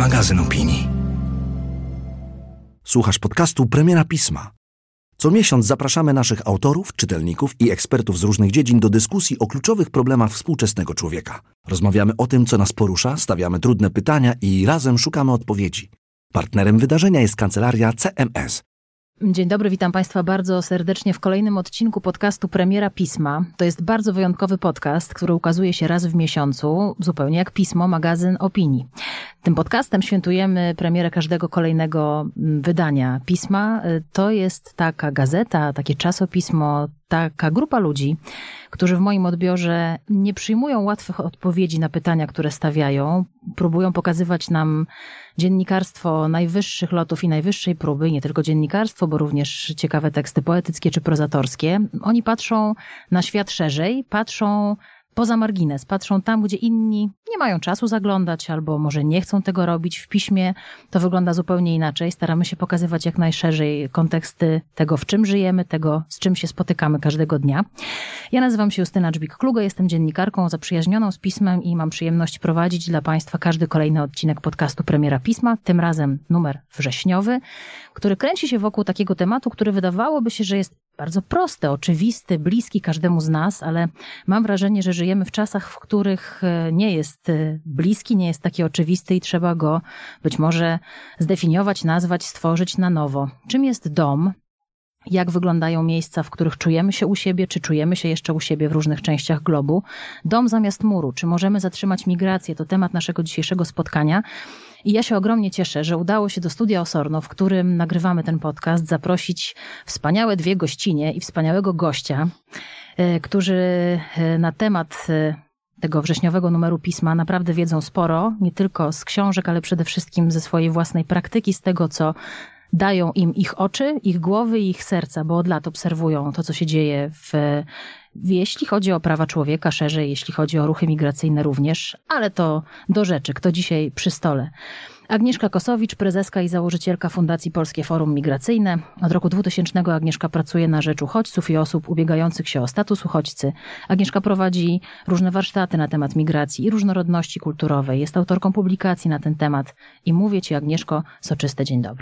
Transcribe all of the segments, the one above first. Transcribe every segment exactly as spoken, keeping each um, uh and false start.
magazyn opinii. Słuchasz podcastu Premiera Pisma. Co miesiąc zapraszamy naszych autorów, czytelników i ekspertów z różnych dziedzin do dyskusji o kluczowych problemach współczesnego człowieka. Rozmawiamy o tym, co nas porusza, stawiamy trudne pytania i razem szukamy odpowiedzi. Partnerem wydarzenia jest kancelaria C M S. Dzień dobry, witam Państwa bardzo serdecznie w kolejnym odcinku podcastu Premiera Pisma. To jest bardzo wyjątkowy podcast, który ukazuje się raz w miesiącu, zupełnie jak Pismo, magazyn opinii. Tym podcastem świętujemy premierę każdego kolejnego wydania Pisma. To jest taka gazeta, takie czasopismo, taka grupa ludzi, którzy w moim odbiorze nie przyjmują łatwych odpowiedzi na pytania, które stawiają. Próbują pokazywać nam dziennikarstwo najwyższych lotów i najwyższej próby, nie tylko dziennikarstwo, bo również ciekawe teksty poetyckie czy prozatorskie. Oni patrzą na świat szerzej, patrzą poza margines, patrzą tam, gdzie inni nie mają czasu zaglądać albo może nie chcą tego robić. W piśmie to wygląda zupełnie inaczej. Staramy się pokazywać jak najszerzej konteksty tego, w czym żyjemy, tego, z czym się spotykamy każdego dnia. Ja nazywam się Justyna Dżbik-Kluge, jestem dziennikarką zaprzyjaźnioną z pismem i mam przyjemność prowadzić dla Państwa każdy kolejny odcinek podcastu Premiera Pisma, tym razem numer wrześniowy, który kręci się wokół takiego tematu, który wydawałoby się, że jest bardzo prosty, oczywisty, bliski każdemu z nas, ale mam wrażenie, że żyjemy w czasach, w których nie jest bliski, nie jest taki oczywisty i trzeba go być może zdefiniować, nazwać, stworzyć na nowo. Czym jest dom? Jak wyglądają miejsca, w których czujemy się u siebie, czy czujemy się jeszcze u siebie w różnych częściach globu? Dom zamiast muru, czy możemy zatrzymać migrację? To temat naszego dzisiejszego spotkania. I ja się ogromnie cieszę, że udało się do Studia Osorno, w którym nagrywamy ten podcast, zaprosić wspaniałe dwie gościnie i wspaniałego gościa, którzy na temat tego wrześniowego numeru Pisma naprawdę wiedzą sporo, nie tylko z książek, ale przede wszystkim ze swojej własnej praktyki, z tego, co dają im ich oczy, ich głowy i ich serca, bo od lat obserwują to, co się dzieje w, jeśli chodzi o prawa człowieka szerzej, jeśli chodzi o ruchy migracyjne również, ale to do rzeczy, kto dzisiaj przy stole. Agnieszka Kosowicz, prezeska i założycielka Fundacji Polskie Forum Migracyjne. Od roku dwutysięcznego Agnieszka pracuje na rzecz uchodźców i osób ubiegających się o status uchodźcy. Agnieszka prowadzi różne warsztaty na temat migracji i różnorodności kulturowej. Jest autorką publikacji na ten temat. I mówię Ci, Agnieszko, soczyste dzień dobry.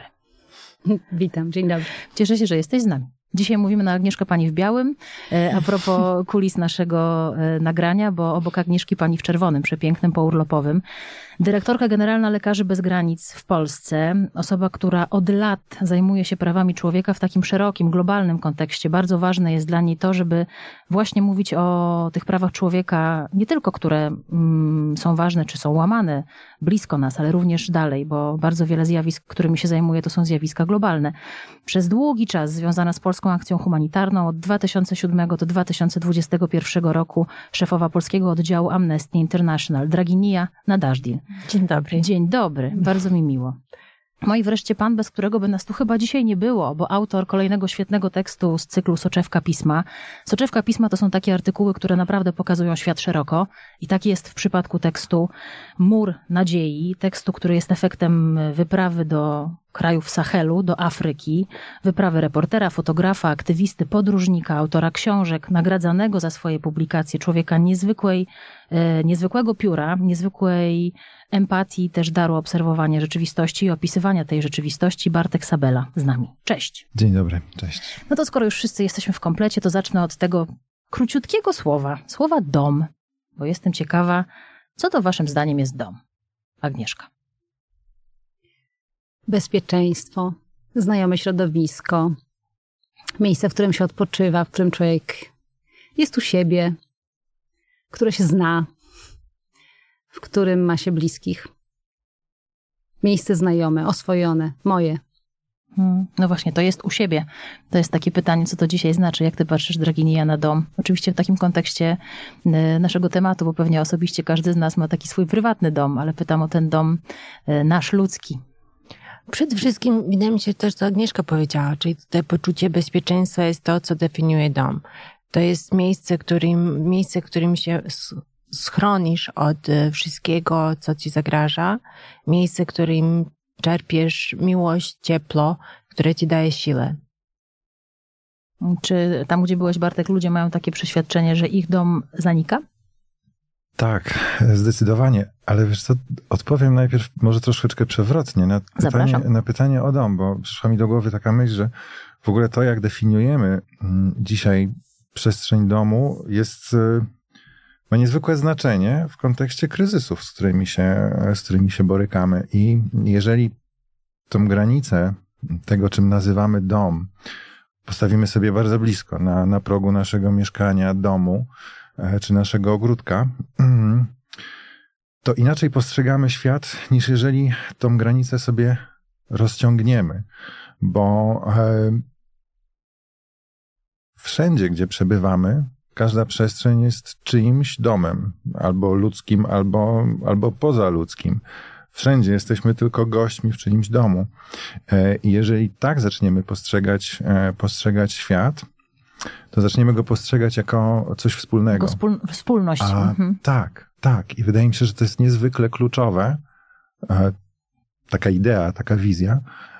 Witam, dzień dobry. Cieszę się, że jesteś z nami. Dzisiaj mówimy na Agnieszkę Pani w białym, a propos kulis naszego nagrania, bo obok Agnieszki Pani w czerwonym, przepięknym, pourlopowym. Dyrektorka generalna Lekarzy Bez Granic w Polsce, osoba, która od lat zajmuje się prawami człowieka w takim szerokim, globalnym kontekście. Bardzo ważne jest dla niej to, żeby właśnie mówić o tych prawach człowieka, nie tylko które mm, są ważne, czy są łamane blisko nas, ale również dalej, bo bardzo wiele zjawisk, którymi się zajmuje, to są zjawiska globalne. Przez długi czas związana z Polską Akcją Humanitarną od dwa tysiące siódmego do dwa tysiące dwudziestego pierwszego roku szefowa polskiego oddziału Amnesty International, Draginia Nadażdin. Dzień dobry. Dzień dobry, bardzo mi miło. No i wreszcie pan, bez którego by nas tu chyba dzisiaj nie było, bo autor kolejnego świetnego tekstu z cyklu Soczewka Pisma. Soczewka Pisma to są takie artykuły, które naprawdę pokazują świat szeroko i tak jest w przypadku tekstu Mur Nadziei, tekstu, który jest efektem wyprawy do krajów Sahelu, do Afryki, wyprawy reportera, fotografa, aktywisty, podróżnika, autora książek, nagradzanego za swoje publikacje, człowieka niezwykłej, niezwykłego pióra, niezwykłej empatii, też daru obserwowania rzeczywistości i opisywania tej rzeczywistości. Bartek Sabela z nami. Cześć. Dzień dobry, cześć. No to skoro już wszyscy jesteśmy w komplecie, to zacznę od tego króciutkiego słowa, słowa dom, bo jestem ciekawa, co to waszym zdaniem jest dom? Agnieszka. Bezpieczeństwo, znajome środowisko, miejsce, w którym się odpoczywa, w którym człowiek jest u siebie, które się zna, w którym ma się bliskich. Miejsce znajome, oswojone, moje. Hmm, no właśnie, to jest u siebie. To jest takie pytanie, co to dzisiaj znaczy. Jak ty patrzysz, Draginia, na dom? Oczywiście w takim kontekście naszego tematu, bo pewnie osobiście każdy z nas ma taki swój prywatny dom, ale pytam o ten dom nasz, ludzki. Przede wszystkim wydaje mi się też, co Agnieszka powiedziała, czyli tutaj poczucie bezpieczeństwa jest to, co definiuje dom. To jest miejsce, którym, miejsce, w którym się schronisz od wszystkiego, co ci zagraża. Miejsce, w którym czerpiesz miłość, ciepło, które ci daje siłę. Czy tam, gdzie byłeś, Bartek, ludzie mają takie przeświadczenie, że ich dom zanika? Tak, zdecydowanie. Ale wiesz co, odpowiem najpierw może troszeczkę przewrotnie na pytanie, na pytanie o dom, bo przyszła mi do głowy taka myśl, że w ogóle to, jak definiujemy dzisiaj przestrzeń domu, jest, ma niezwykłe znaczenie w kontekście kryzysów, z którymi się, z którymi się borykamy. I jeżeli tą granicę tego, czym nazywamy dom, postawimy sobie bardzo blisko, na, na progu naszego mieszkania, domu, czy naszego ogródka, to inaczej postrzegamy świat, niż jeżeli tą granicę sobie rozciągniemy. Bo wszędzie, gdzie przebywamy, każda przestrzeń jest czyimś domem, albo ludzkim, albo, albo pozaludzkim. Wszędzie jesteśmy tylko gośćmi w czyimś domu. I jeżeli tak zaczniemy postrzegać, postrzegać świat, to zaczniemy go postrzegać jako coś wspólnego. Jako wspól- wspólność. A, mhm. Tak, tak. I wydaje mi się, że to jest niezwykle kluczowe. Taka idea, taka wizja,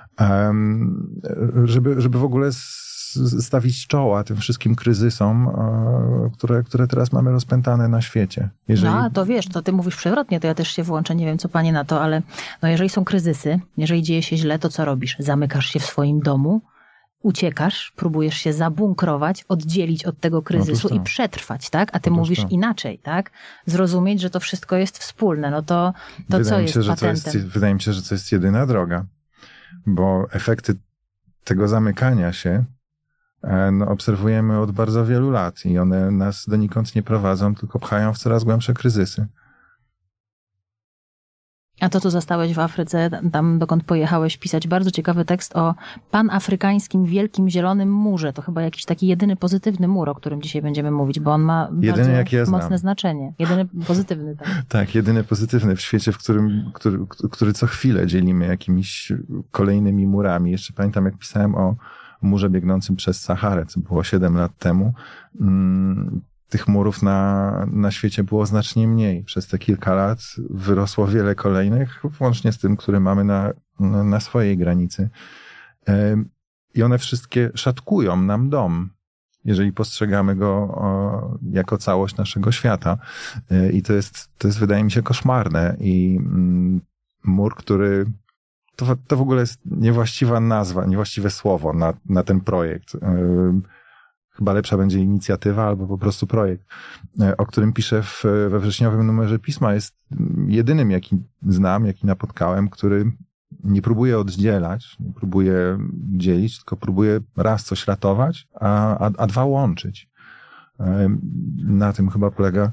żeby, żeby w ogóle stawić czoła tym wszystkim kryzysom, które, które teraz mamy rozpętane na świecie. Jeżeli... No, to wiesz, to ty mówisz przewrotnie, to ja też się włączę, nie wiem co panie na to, ale no jeżeli są kryzysy, jeżeli dzieje się źle, to co robisz? Zamykasz się w swoim domu, uciekasz, próbujesz się zabunkrować, oddzielić od tego kryzysu i przetrwać, tak? A ty Otóż mówisz to. inaczej, tak? Zrozumieć, że to wszystko jest wspólne. No to, to co mi jest się, że patentem? to jest, wydaje mi się, że to jest jedyna droga, bo efekty tego zamykania się no, obserwujemy od bardzo wielu lat i one nas donikąd nie prowadzą, tylko pchają w coraz głębsze kryzysy. A to, co zastałeś w Afryce, tam dokąd pojechałeś, pisać bardzo ciekawy tekst o panafrykańskim Wielkim Zielonym Murze. To chyba jakiś taki jedyny pozytywny mur, o którym dzisiaj będziemy mówić, bo on ma jedyny, bardzo jak ja mocne znam. znaczenie. Jedyny pozytywny. Tak, tak jedyny pozytywny w świecie, w którym, który, który co chwilę dzielimy jakimiś kolejnymi murami. Jeszcze pamiętam, jak pisałem o murze biegnącym przez Saharę, co było siedem lat temu. Hmm. Tych murów na, na świecie było znacznie mniej. Przez te kilka lat wyrosło wiele kolejnych, włącznie z tym, który mamy na, na, na swojej granicy. I one wszystkie szatkują nam dom, jeżeli postrzegamy go o, jako całość naszego świata. I to jest, to jest, wydaje mi się, koszmarne. I mm, mur, który... To, to w ogóle jest niewłaściwa nazwa, niewłaściwe słowo na, na ten projekt. Chyba lepsza będzie inicjatywa albo po prostu projekt, o którym piszę w, we wrześniowym numerze pisma. Jest jedynym, jaki znam, jaki napotkałem, który nie próbuje oddzielać, nie próbuje dzielić, tylko próbuje raz coś ratować, a, a, a dwa łączyć. Na tym chyba polega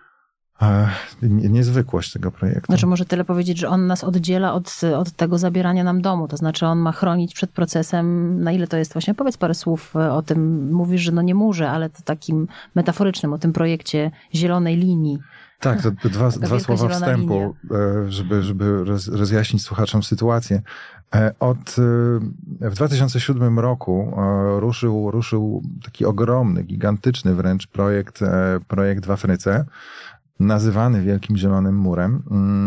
niezwykłość tego projektu. Znaczy może tyle powiedzieć, że on nas oddziela od, od tego zabierania nam domu. To znaczy on ma chronić przed procesem, na ile to jest właśnie, powiedz parę słów o tym. Mówisz, że no nie murze, ale to takim metaforycznym, o tym projekcie zielonej linii. Tak, to dwa, dwa słowa wstępu, linia. żeby, żeby roz, rozjaśnić słuchaczom sytuację. Od, w dwa tysiące siódmym roku ruszył, ruszył taki ogromny, gigantyczny wręcz projekt, projekt w Afryce, nazywany Wielkim Zielonym Murem.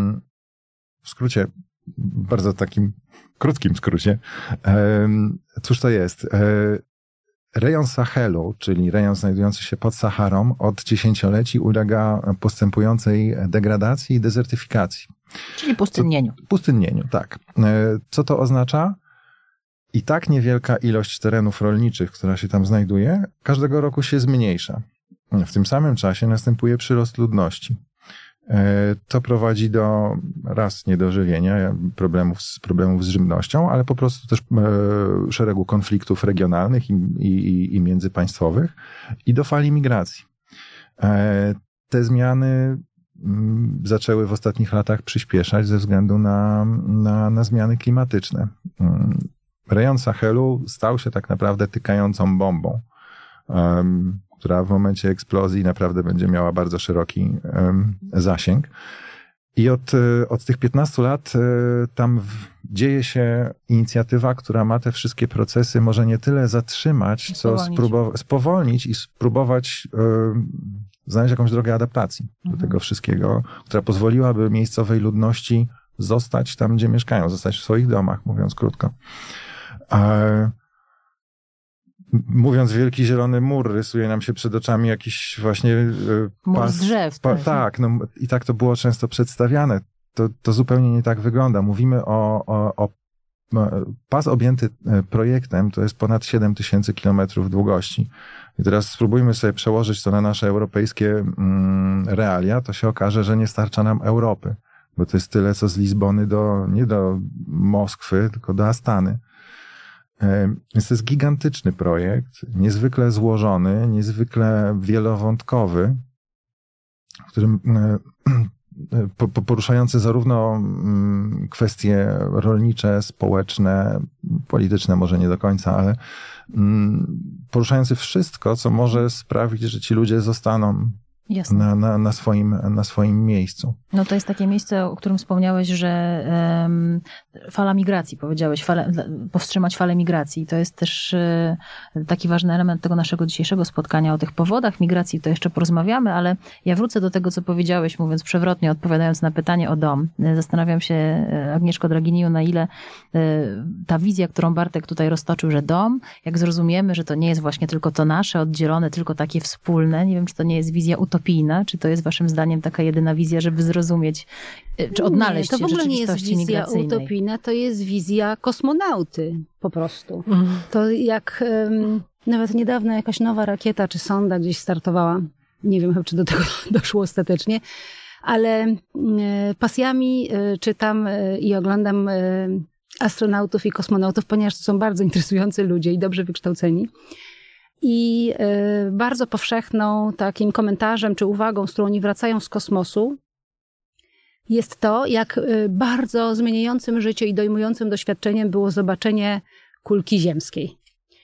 W skrócie, bardzo takim krótkim skrócie. Cóż to jest? Rejon Sahelu, czyli rejon znajdujący się pod Saharą, od dziesięcioleci ulega postępującej degradacji i dezertyfikacji. Czyli pustynnieniu. Co, pustynnieniu, tak. Co to oznacza? I tak niewielka ilość terenów rolniczych, która się tam znajduje, każdego roku się zmniejsza. W tym samym czasie następuje przyrost ludności. To prowadzi do raz niedożywienia, problemów z, problemów z żywnością, ale po prostu też szeregu konfliktów regionalnych i, i, i międzypaństwowych i do fali migracji. Te zmiany zaczęły w ostatnich latach przyspieszać ze względu na, na, na zmiany klimatyczne. Rejon Sahelu stał się tak naprawdę tykającą bombą, która w momencie eksplozji naprawdę będzie miała bardzo szeroki um, zasięg. I od, od tych piętnastu lat tam w, dzieje się inicjatywa, która ma te wszystkie procesy może nie tyle zatrzymać, co spróbować, spowolnić i spróbować um, znaleźć jakąś drogę adaptacji mhm. do tego wszystkiego, która pozwoliłaby miejscowej ludności zostać tam, gdzie mieszkają, zostać w swoich domach, mówiąc krótko. A mówiąc wielki zielony mur, rysuje nam się przed oczami jakiś właśnie mur pas, z drzew. Pa, tak, tak, no i tak to było często przedstawiane. To, to zupełnie nie tak wygląda. Mówimy o, o, o pas objęty projektem, to jest ponad siedem tysięcy kilometrów długości. I teraz spróbujmy sobie przełożyć to na nasze europejskie mm, realia, to się okaże, że nie starcza nam Europy, bo to jest tyle, co z Lizbony do, nie do Moskwy, tylko do Astany. Więc to jest gigantyczny projekt, niezwykle złożony, niezwykle wielowątkowy, w którym poruszający zarówno kwestie rolnicze, społeczne, polityczne może nie do końca, ale poruszający wszystko, co może sprawić, że ci ludzie zostaną na, na, na, swoim, na swoim miejscu. No to jest takie miejsce, o którym wspomniałeś, że um, fala migracji, powiedziałeś, fale, powstrzymać falę migracji. To jest też uh, taki ważny element tego naszego dzisiejszego spotkania. O tych powodach migracji to jeszcze porozmawiamy, ale ja wrócę do tego, co powiedziałeś, mówiąc przewrotnie, odpowiadając na pytanie o dom. Zastanawiam się, Agnieszko Draginiu, na ile uh, ta wizja, którą Bartek tutaj roztoczył, że dom, jak zrozumiemy, że to nie jest właśnie tylko to nasze, oddzielone, tylko takie wspólne, nie wiem, czy to nie jest wizja utopijna, czy to jest waszym zdaniem taka jedyna wizja, żeby zrozumieć, czy odnaleźć nie, się to w ogóle w nie jest rzeczywistości wizja migracyjnej? utopijna, to jest wizja kosmonauty po prostu. Mm. To jak um, nawet niedawno jakaś nowa rakieta czy sonda gdzieś startowała, nie wiem, czy do tego doszło ostatecznie, ale e, pasjami e, czytam e, i oglądam e, astronautów i kosmonautów, ponieważ to są bardzo interesujący ludzie i dobrze wykształceni. I y, bardzo powszechną takim komentarzem czy uwagą, z którą oni wracają z kosmosu, jest to, jak y, bardzo zmieniającym życie i dojmującym doświadczeniem było zobaczenie kulki ziemskiej.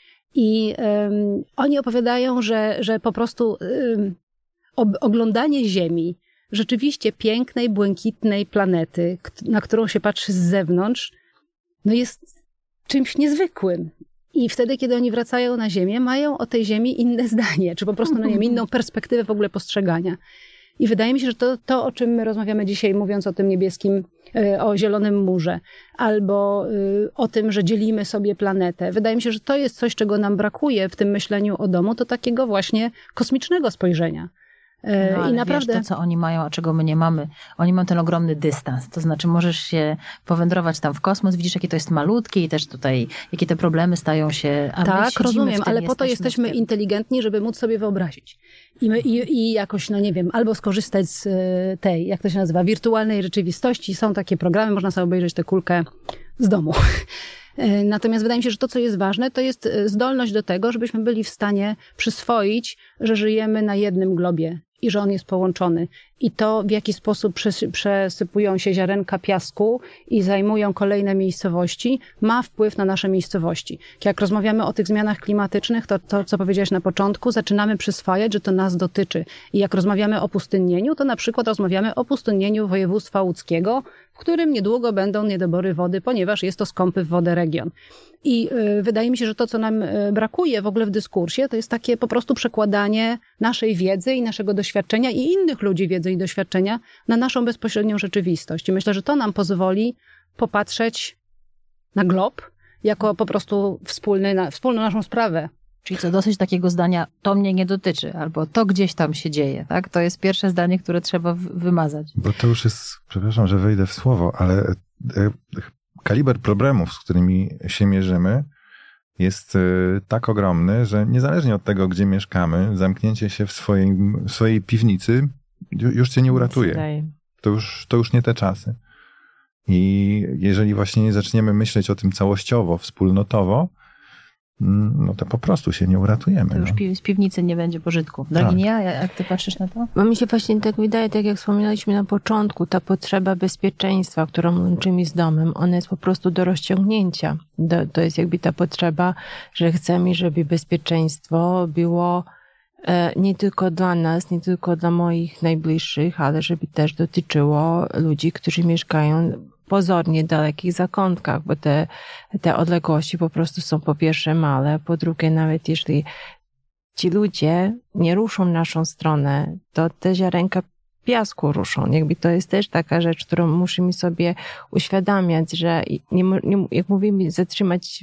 I y, oni opowiadają, że, że po prostu y, ob, oglądanie Ziemi, rzeczywiście pięknej, błękitnej planety, na którą się patrzy z zewnątrz, no jest czymś niezwykłym. I wtedy, kiedy oni wracają na Ziemię, mają o tej Ziemi inne zdanie, czy po prostu no nie wiem, inną perspektywę w ogóle postrzegania. I wydaje mi się, że to, to, o czym my rozmawiamy dzisiaj, mówiąc o tym niebieskim, o zielonym murze, albo o tym, że dzielimy sobie planetę, wydaje mi się, że to jest coś, czego nam brakuje w tym myśleniu o domu, to takiego właśnie kosmicznego spojrzenia. No, ale I naprawdę wiesz, to, co oni mają, a czego my nie mamy, oni mają ten ogromny dystans. To znaczy możesz się powędrować tam w kosmos, widzisz, jakie to jest malutkie i też tutaj, jakie te problemy stają się... A tak, rozumiem, ale po to jesteśmy jesteśmy inteligentni, żeby móc sobie wyobrazić. I, my, i, I jakoś, no nie wiem, albo skorzystać z tej, jak to się nazywa, wirtualnej rzeczywistości. Są takie programy, można sobie obejrzeć tę kulkę z domu. Natomiast wydaje mi się, że to, co jest ważne, to jest zdolność do tego, żebyśmy byli w stanie przyswoić, że żyjemy na jednym globie i że on jest połączony. I to, w jaki sposób przesypują się ziarenka piasku i zajmują kolejne miejscowości, ma wpływ na nasze miejscowości. Jak rozmawiamy o tych zmianach klimatycznych, to, to co powiedziałeś na początku, zaczynamy przyswajać, że to nas dotyczy. I jak rozmawiamy o pustynnieniu, to na przykład rozmawiamy o pustynnieniu województwa łódzkiego, w którym niedługo będą niedobory wody, ponieważ jest to skąpy w wodę region. I y, wydaje mi się, że to, co nam y, brakuje w ogóle w dyskursie, to jest takie po prostu przekładanie naszej wiedzy i naszego doświadczenia i innych ludzi wiedzy i doświadczenia na naszą bezpośrednią rzeczywistość. I myślę, że to nam pozwoli popatrzeć na glob jako po prostu wspólny, na, wspólną naszą sprawę. Czyli co, dosyć takiego zdania, to mnie nie dotyczy, albo to gdzieś tam się dzieje, tak? To jest pierwsze zdanie, które trzeba wymazać. Bo to już jest, przepraszam, że wejdę w słowo, ale kaliber problemów, z którymi się mierzymy, jest tak ogromny, że niezależnie od tego, gdzie mieszkamy, zamknięcie się w swojej, w swojej piwnicy już cię nie uratuje. To już, to już nie te czasy. I jeżeli właśnie nie zaczniemy myśleć o tym całościowo, wspólnotowo, no to po prostu się nie uratujemy. To już no. z piwnicy nie będzie pożytku. Draginia, tak. Jak ty patrzysz na to? Bo mi się właśnie tak wydaje, tak jak wspominaliśmy na początku, ta potrzeba bezpieczeństwa, którą łączymy z domem, ona jest po prostu do rozciągnięcia. Do, to jest jakby ta potrzeba, że chcemy, żeby bezpieczeństwo było e, nie tylko dla nas, nie tylko dla moich najbliższych, ale żeby też dotyczyło ludzi, którzy mieszkają pozornie dalekich zakątkach, bo te, te odległości po prostu są po pierwsze małe, po drugie nawet jeśli ci ludzie nie ruszą w naszą stronę, to te ziarenka piasku ruszą. Jakby to jest też taka rzecz, którą musimy sobie uświadamiać, że nie, nie, jak mówimy zatrzymać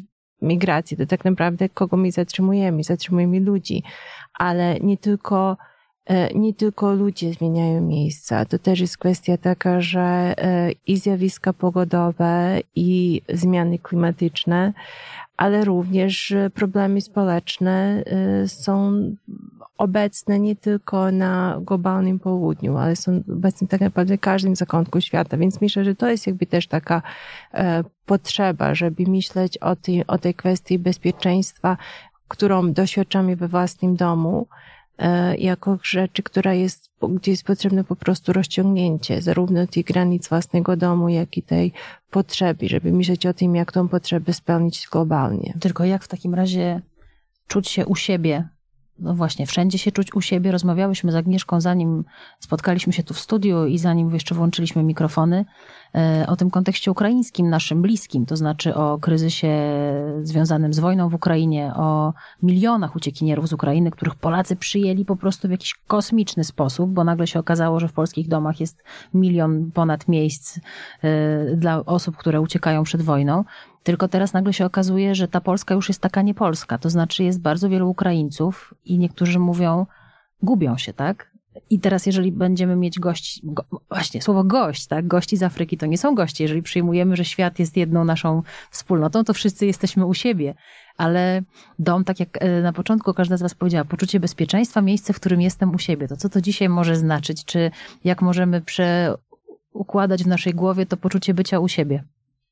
migracji, to tak naprawdę kogo my zatrzymujemy? Zatrzymujemy ludzi, ale nie tylko Nie tylko ludzie zmieniają miejsca. To też jest kwestia taka, że i zjawiska pogodowe, i zmiany klimatyczne, ale również problemy społeczne są obecne nie tylko na globalnym południu, ale są obecne tak naprawdę w każdym zakątku świata. Więc myślę, że to jest jakby też taka potrzeba, żeby myśleć o tej, o tej kwestii bezpieczeństwa, którą doświadczamy we własnym domu, jako rzeczy, która jest, gdzie jest potrzebne po prostu rozciągnięcie zarówno tych granic własnego domu, jak i tej potrzeby, żeby myśleć o tym, jak tą potrzebę spełnić globalnie. Tylko jak w takim razie czuć się u siebie? No właśnie, wszędzie się czuć u siebie. Rozmawiałyśmy z Agnieszką, zanim spotkaliśmy się tu w studiu i zanim jeszcze włączyliśmy mikrofony, o tym kontekście ukraińskim, naszym bliskim, to znaczy o kryzysie związanym z wojną w Ukrainie, o milionach uciekinierów z Ukrainy, których Polacy przyjęli po prostu w jakiś kosmiczny sposób, bo nagle się okazało, że w polskich domach jest milion ponad miejsc dla osób, które uciekają przed wojną. Tylko teraz nagle się okazuje, że ta Polska już jest taka niepolska. To znaczy jest bardzo wielu Ukraińców i niektórzy mówią, gubią się, tak? I teraz jeżeli będziemy mieć gości, go, właśnie słowo gość, tak? Gości z Afryki to nie są goście. Jeżeli przyjmujemy, że świat jest jedną naszą wspólnotą, to wszyscy jesteśmy u siebie. Ale dom, tak jak na początku każda z was powiedziała, poczucie bezpieczeństwa, miejsce, w którym jestem u siebie. To co to dzisiaj może znaczyć? Czy jak możemy przeukładać w naszej głowie to poczucie bycia u siebie?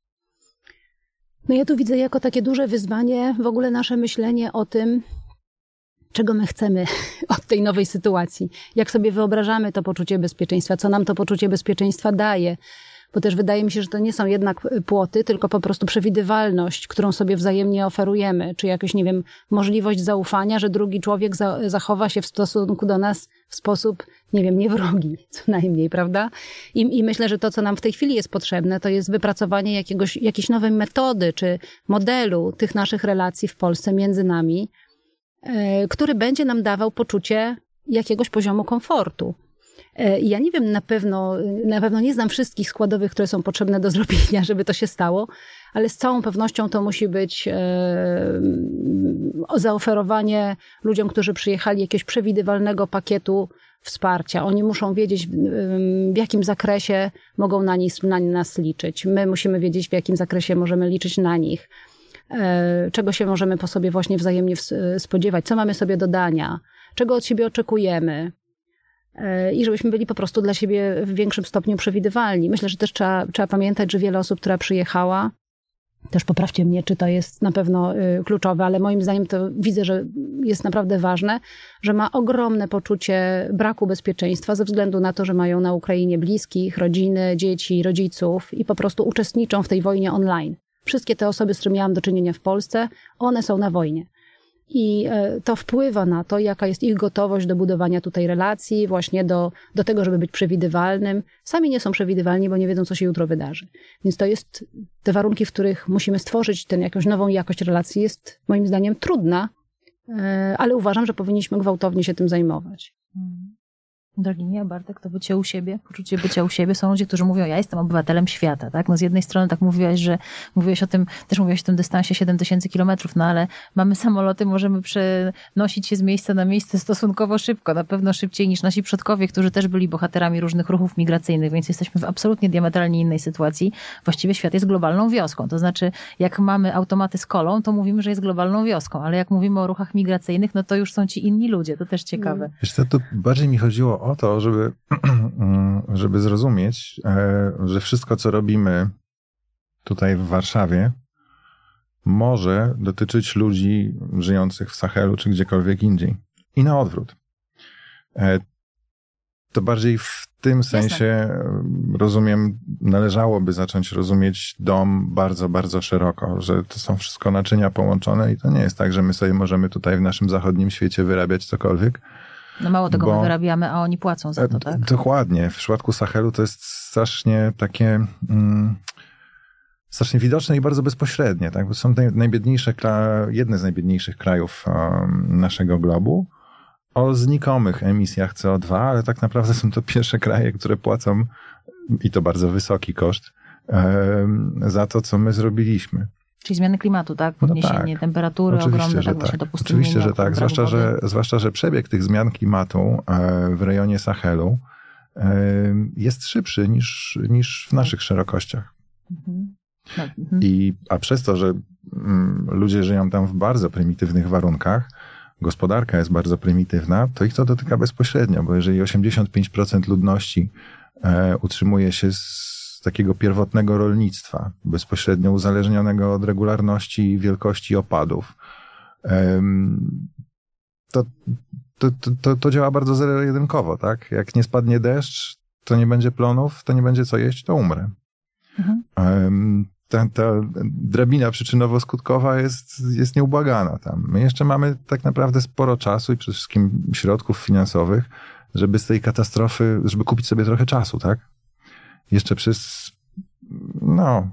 No ja tu widzę jako takie duże wyzwanie w ogóle nasze myślenie o tym, czego my chcemy od tej nowej sytuacji. Jak sobie wyobrażamy to poczucie bezpieczeństwa, co nam to poczucie bezpieczeństwa daje. Bo też wydaje mi się, że to nie są jednak płoty, tylko po prostu przewidywalność, którą sobie wzajemnie oferujemy. Czy jakoś, nie wiem, możliwość zaufania, że drugi człowiek za- zachowa się w stosunku do nas w sposób, nie wiem, niewrogi, co najmniej, prawda? I, I myślę, że to, co nam w tej chwili jest potrzebne, to jest wypracowanie jakiegoś, jakiejś nowej metody, czy modelu tych naszych relacji w Polsce między nami, yy, który będzie nam dawał poczucie jakiegoś poziomu komfortu. Ja nie wiem, na pewno, na pewno nie znam wszystkich składowych, które są potrzebne do zrobienia, żeby to się stało, ale z całą pewnością to musi być e, zaoferowanie ludziom, którzy przyjechali, jakiegoś przewidywalnego pakietu wsparcia. Oni muszą wiedzieć, w jakim zakresie mogą na, nis, na nas liczyć. My musimy wiedzieć, w jakim zakresie możemy liczyć na nich. E, czego się możemy po sobie właśnie wzajemnie spodziewać, co mamy sobie do dania, czego od siebie oczekujemy. I żebyśmy byli po prostu dla siebie w większym stopniu przewidywalni. Myślę, że też trzeba, trzeba pamiętać, że wiele osób, która przyjechała, też poprawcie mnie, czy to jest na pewno kluczowe, ale moim zdaniem to widzę, że jest naprawdę ważne, że ma ogromne poczucie braku bezpieczeństwa ze względu na to, że mają na Ukrainie bliskich, rodziny, dzieci, rodziców i po prostu uczestniczą w tej wojnie online. Wszystkie te osoby, z którymi miałam do czynienia w Polsce, one są na wojnie. I to wpływa na to, jaka jest ich gotowość do budowania tutaj relacji, właśnie do, do tego, żeby być przewidywalnym. Sami nie są przewidywalni, bo nie wiedzą, co się jutro wydarzy. Więc to jest te warunki, w których musimy stworzyć tę jakąś nową jakość relacji, jest moim zdaniem trudna, ale uważam, że powinniśmy gwałtownie się tym zajmować. Droginie, Bartek, to bycie u siebie, poczucie bycia u siebie. Są ludzie, którzy mówią, ja jestem obywatelem świata, tak? No z jednej strony tak mówiłaś, że mówiłeś o tym, też mówiłaś o tym dystansie siedem tysięcy kilometrów, no ale mamy samoloty, możemy przenosić się z miejsca na miejsce stosunkowo szybko, na pewno szybciej niż nasi przodkowie, którzy też byli bohaterami różnych ruchów migracyjnych, więc jesteśmy w absolutnie diametralnie innej sytuacji. Właściwie świat jest globalną wioską, to znaczy jak mamy automaty z kolą, to mówimy, że jest globalną wioską, ale jak mówimy o ruchach migracyjnych, no to już są ci inni ludzie, to też ciekawe. Wiesz co, to bardziej mi chodziło o to, żeby, żeby zrozumieć, że wszystko, co robimy tutaj w Warszawie, może dotyczyć ludzi żyjących w Sahelu czy gdziekolwiek indziej. I na odwrót. To bardziej w tym sensie, Jasne. rozumiem, należałoby zacząć rozumieć dom bardzo, bardzo szeroko, że to są wszystko naczynia połączone i to nie jest tak, że my sobie możemy tutaj w naszym zachodnim świecie wyrabiać cokolwiek. No mało tego bo, my wyrabiamy, a oni płacą za to, tak? Dokładnie. W przypadku Sahelu to jest strasznie takie... Mm, strasznie widoczne i bardzo bezpośrednie, tak? Bo są najbiedniejsze, jedne z najbiedniejszych krajów um, naszego globu o znikomych emisjach C O dwa, ale tak naprawdę są to pierwsze kraje, które płacą, i to bardzo wysoki koszt, um, za to, co my zrobiliśmy. Czyli zmiany klimatu, tak? Podniesienie no tak. temperatury Oczywiście, ogromne, że tak, właśnie tak. dopuszczenie. Oczywiście, że tak. Zwłaszcza że, zwłaszcza, że przebieg tych zmian klimatu w rejonie Sahelu jest szybszy niż, niż w naszych szerokościach. Mhm. No, mhm. I, a przez to, że mm, ludzie żyją tam w bardzo prymitywnych warunkach, gospodarka jest bardzo prymitywna, to ich to dotyka bezpośrednio, bo jeżeli osiemdziesiąt pięć procent ludności e, utrzymuje się z takiego pierwotnego rolnictwa, bezpośrednio uzależnionego od regularności i wielkości opadów, e, to, to, to, to działa bardzo zero-jedynkowo, tak? Jak nie spadnie deszcz, to nie będzie plonów, to nie będzie co jeść, to umrę. Mhm. E, Ta, ta drabina przyczynowo-skutkowa jest, jest nieubłagana tam. My jeszcze mamy tak naprawdę sporo czasu i przede wszystkim środków finansowych, żeby z tej katastrofy, żeby kupić sobie trochę czasu, tak? Jeszcze przez, no,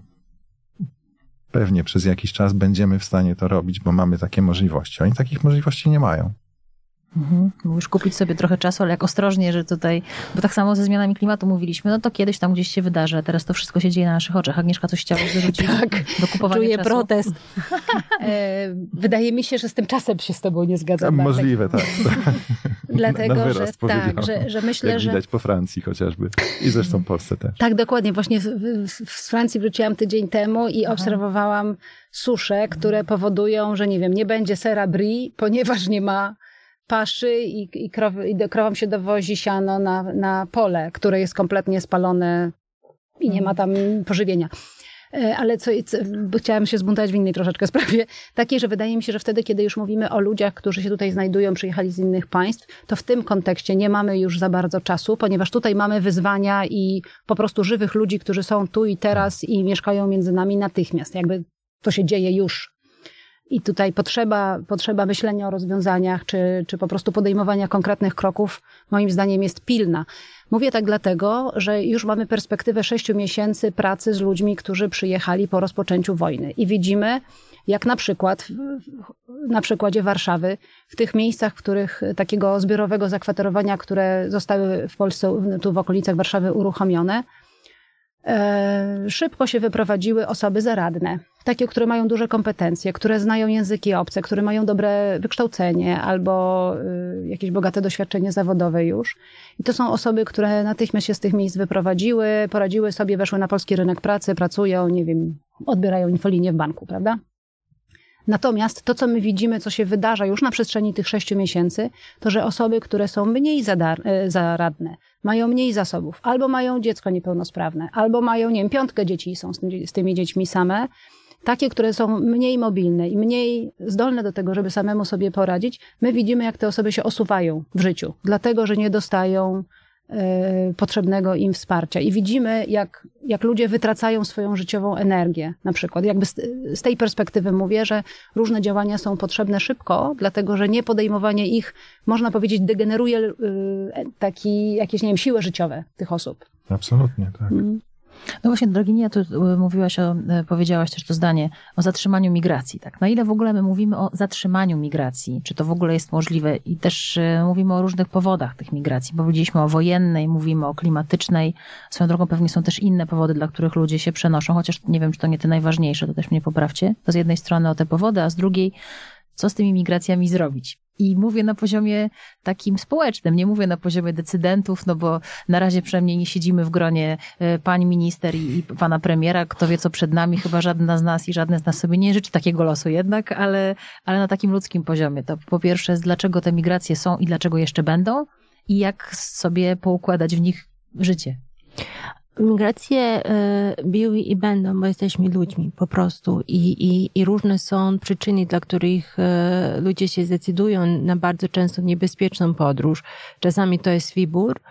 pewnie przez jakiś czas będziemy w stanie to robić, bo mamy takie możliwości. Oni takich możliwości nie mają. Mhm. Musisz kupić sobie trochę czasu, ale jak ostrożnie, że tutaj, bo tak samo ze zmianami klimatu mówiliśmy, no to kiedyś tam gdzieś się wydarzy, a teraz to wszystko się dzieje na naszych oczach. Agnieszka coś chciała wyrzucić tak, do kupowania czuję czasu. protest. e, wydaje mi się, że z tym czasem się z tobą nie zgadzam. Możliwe, tak. Dlatego, na że tak, że, że myślę, jak że... widać po Francji chociażby i zresztą w Polsce też. Tak, dokładnie. Właśnie z Francji wróciłam tydzień temu i Aha. obserwowałam susze, które powodują, że nie wiem, nie będzie sera brie, ponieważ nie ma paszy i, i, krowy, i krowom się dowozi siano na, na pole, które jest kompletnie spalone i nie ma tam pożywienia. Ale co, co bo chciałam się zbuntować w innej troszeczkę sprawie, takiej, że wydaje mi się, że wtedy, kiedy już mówimy o ludziach, którzy się tutaj znajdują, przyjechali z innych państw, to w tym kontekście nie mamy już za bardzo czasu, ponieważ tutaj mamy wyzwania i po prostu żywych ludzi, którzy są tu i teraz i mieszkają między nami natychmiast. Jakby to się dzieje już. I tutaj potrzeba, potrzeba myślenia o rozwiązaniach, czy, czy po prostu podejmowania konkretnych kroków, moim zdaniem jest pilna. Mówię tak dlatego, że już mamy perspektywę sześciu miesięcy pracy z ludźmi, którzy przyjechali po rozpoczęciu wojny. I widzimy, jak na przykład, na przykładzie Warszawy, w tych miejscach, w których takiego zbiorowego zakwaterowania, które zostały w Polsce, tu w okolicach Warszawy uruchomione, szybko się wyprowadziły osoby zaradne. Takie, które mają duże kompetencje, które znają języki obce, które mają dobre wykształcenie albo jakieś bogate doświadczenie zawodowe już. I to są osoby, które natychmiast się z tych miejsc wyprowadziły, poradziły sobie, weszły na polski rynek pracy, pracują, nie wiem, odbierają infolinię w banku, prawda? Natomiast to, co my widzimy, co się wydarza już na przestrzeni tych sześciu miesięcy, to, że osoby, które są mniej zadar- zaradne, mają mniej zasobów, albo mają dziecko niepełnosprawne, albo mają, nie wiem, piątkę dzieci i są z, tym, z tymi dziećmi same, takie, które są mniej mobilne i mniej zdolne do tego, żeby samemu sobie poradzić, my widzimy, jak te osoby się osuwają w życiu, dlatego, że nie dostają y, potrzebnego im wsparcia. I widzimy, jak, jak ludzie wytracają swoją życiową energię, na przykład. Jakby z, z tej perspektywy mówię, że różne działania są potrzebne szybko, dlatego, że nie podejmowanie ich, można powiedzieć, degeneruje y, taki, jakieś, nie wiem, siły życiowe tych osób. Absolutnie, tak. Mm. No właśnie, Droginia, tu mówiłaś o, powiedziałaś też to zdanie o zatrzymaniu migracji. Tak? Na ile w ogóle my mówimy o zatrzymaniu migracji? Czy to w ogóle jest możliwe? I też mówimy o różnych powodach tych migracji. Powiedzieliśmy o wojennej, mówimy o klimatycznej. Swoją drogą pewnie są też inne powody, dla których ludzie się przenoszą, chociaż nie wiem, czy to nie te najważniejsze, to też mnie poprawcie. To z jednej strony o te powody, a z drugiej, co z tymi migracjami zrobić? I mówię na poziomie takim społecznym, nie mówię na poziomie decydentów, no bo na razie przynajmniej nie siedzimy w gronie pani minister i, i pana premiera, kto wie co przed nami, chyba żadna z nas i żadne z nas sobie nie życzy takiego losu jednak, ale, ale na takim ludzkim poziomie. To po pierwsze jest, dlaczego te migracje są i dlaczego jeszcze będą i jak sobie poukładać w nich życie. Migracje były i będą, bo jesteśmy ludźmi po prostu i, i, i różne są przyczyny, dla których ludzie się zdecydują na bardzo często niebezpieczną podróż. Czasami to jest wybór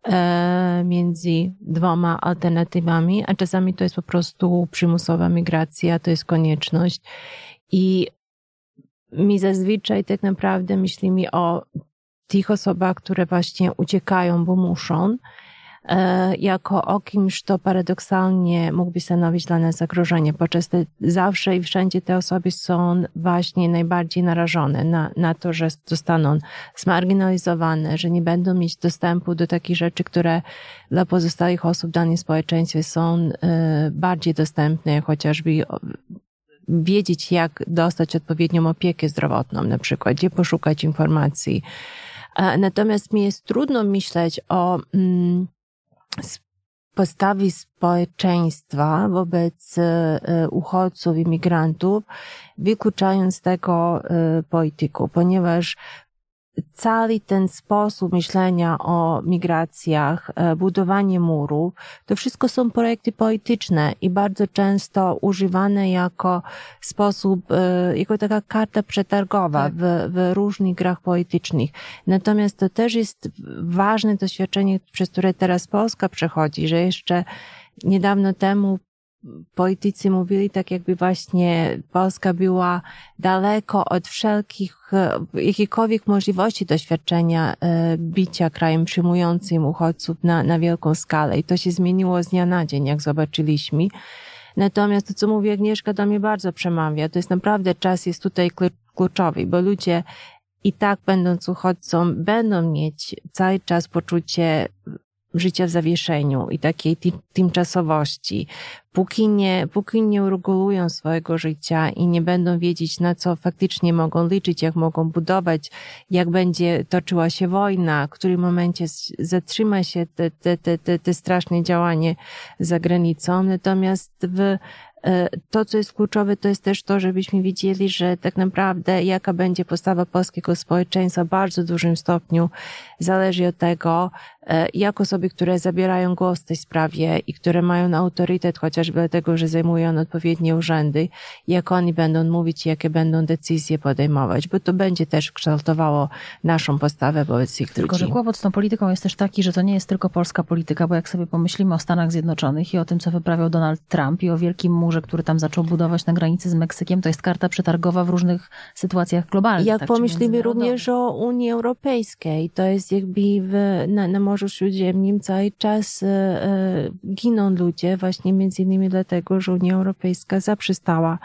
między dwoma alternatywami, a czasami to jest po prostu przymusowa migracja, to jest konieczność. I my zazwyczaj tak naprawdę myślimy o tych osobach, które właśnie uciekają, bo muszą, jako o kimś, kto paradoksalnie mógłby stanowić dla nas zagrożenie, podczas te zawsze i wszędzie te osoby są właśnie najbardziej narażone na, na to, że zostaną zmarginalizowane, że nie będą mieć dostępu do takich rzeczy, które dla pozostałych osób w danym społeczeństwie są bardziej dostępne, jak chociażby wiedzieć, jak dostać odpowiednią opiekę zdrowotną, na przykład, gdzie poszukać informacji. Natomiast mi jest trudno myśleć o mm, postawie społeczeństwa wobec uchodźców, imigrantów, wykluczając tego polityku, ponieważ cały ten sposób myślenia o migracjach, budowanie murów, to wszystko są projekty polityczne i bardzo często używane jako sposób, jako taka karta przetargowa tak. w, w różnych grach politycznych. Natomiast to też jest ważne doświadczenie, przez które teraz Polska przechodzi, że jeszcze niedawno temu politycy mówili tak, jakby właśnie Polska była daleko od wszelkich, jakichkolwiek możliwości doświadczenia bycia krajem przyjmującym uchodźców na, na wielką skalę. I to się zmieniło z dnia na dzień, jak zobaczyliśmy. Natomiast to, co mówi Agnieszka, do mnie bardzo przemawia. To jest naprawdę czas jest tutaj kluczowy, bo ludzie i tak będąc uchodźcą będą mieć cały czas poczucie życia w zawieszeniu i takiej tymczasowości. Póki nie, póki nie uregulują swojego życia i nie będą wiedzieć, na co faktycznie mogą liczyć, jak mogą budować, jak będzie toczyła się wojna, w którym momencie zatrzyma się te, te, te, te, te straszne działanie za granicą. Natomiast w to, co jest kluczowe, to jest też to, żebyśmy widzieli, że tak naprawdę jaka będzie postawa polskiego społeczeństwa w bardzo dużym stopniu zależy od tego, jak osoby, które zabierają głos w tej sprawie i które mają autorytet, chociażby dlatego, że zajmują odpowiednie urzędy, jak oni będą mówić i jakie będą decyzje podejmować, bo to będzie też kształtowało naszą postawę wobec tych Tylko, ludzi. że kłopot z tą polityką jest też taki, że to nie jest tylko polska polityka, bo jak sobie pomyślimy o Stanach Zjednoczonych i o tym, co wyprawiał Donald Trump i o wielkim murze, który tam zaczął budować na granicy z Meksykiem, to jest karta przetargowa w różnych sytuacjach globalnych. Jak tak, pomyślimy również o Unii Europejskiej, to jest jakby w, na, na Morzu Śródziemnym cały czas e, e, giną ludzie właśnie między innymi dlatego, że Unia Europejska zaprzestała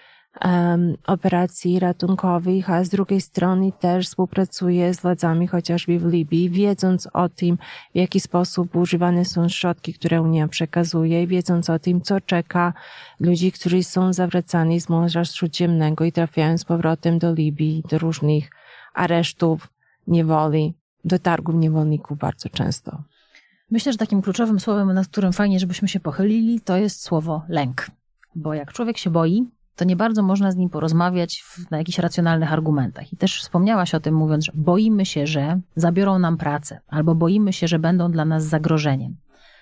um, operacji ratunkowych, a z drugiej strony też współpracuje z władzami chociażby w Libii, wiedząc o tym, w jaki sposób używane są środki, które Unia przekazuje, wiedząc o tym, co czeka ludzi, którzy są zawracani z Morza Śródziemnego i trafiają z powrotem do Libii, do różnych aresztów, niewoli, do targów niewolników bardzo często. Myślę, że takim kluczowym słowem, nad którym fajnie, żebyśmy się pochylili, to jest słowo lęk. Bo jak człowiek się boi, to nie bardzo można z nim porozmawiać w, na jakichś racjonalnych argumentach. I też wspomniałaś o tym, mówiąc, że boimy się, że zabiorą nam pracę, albo boimy się, że będą dla nas zagrożeniem.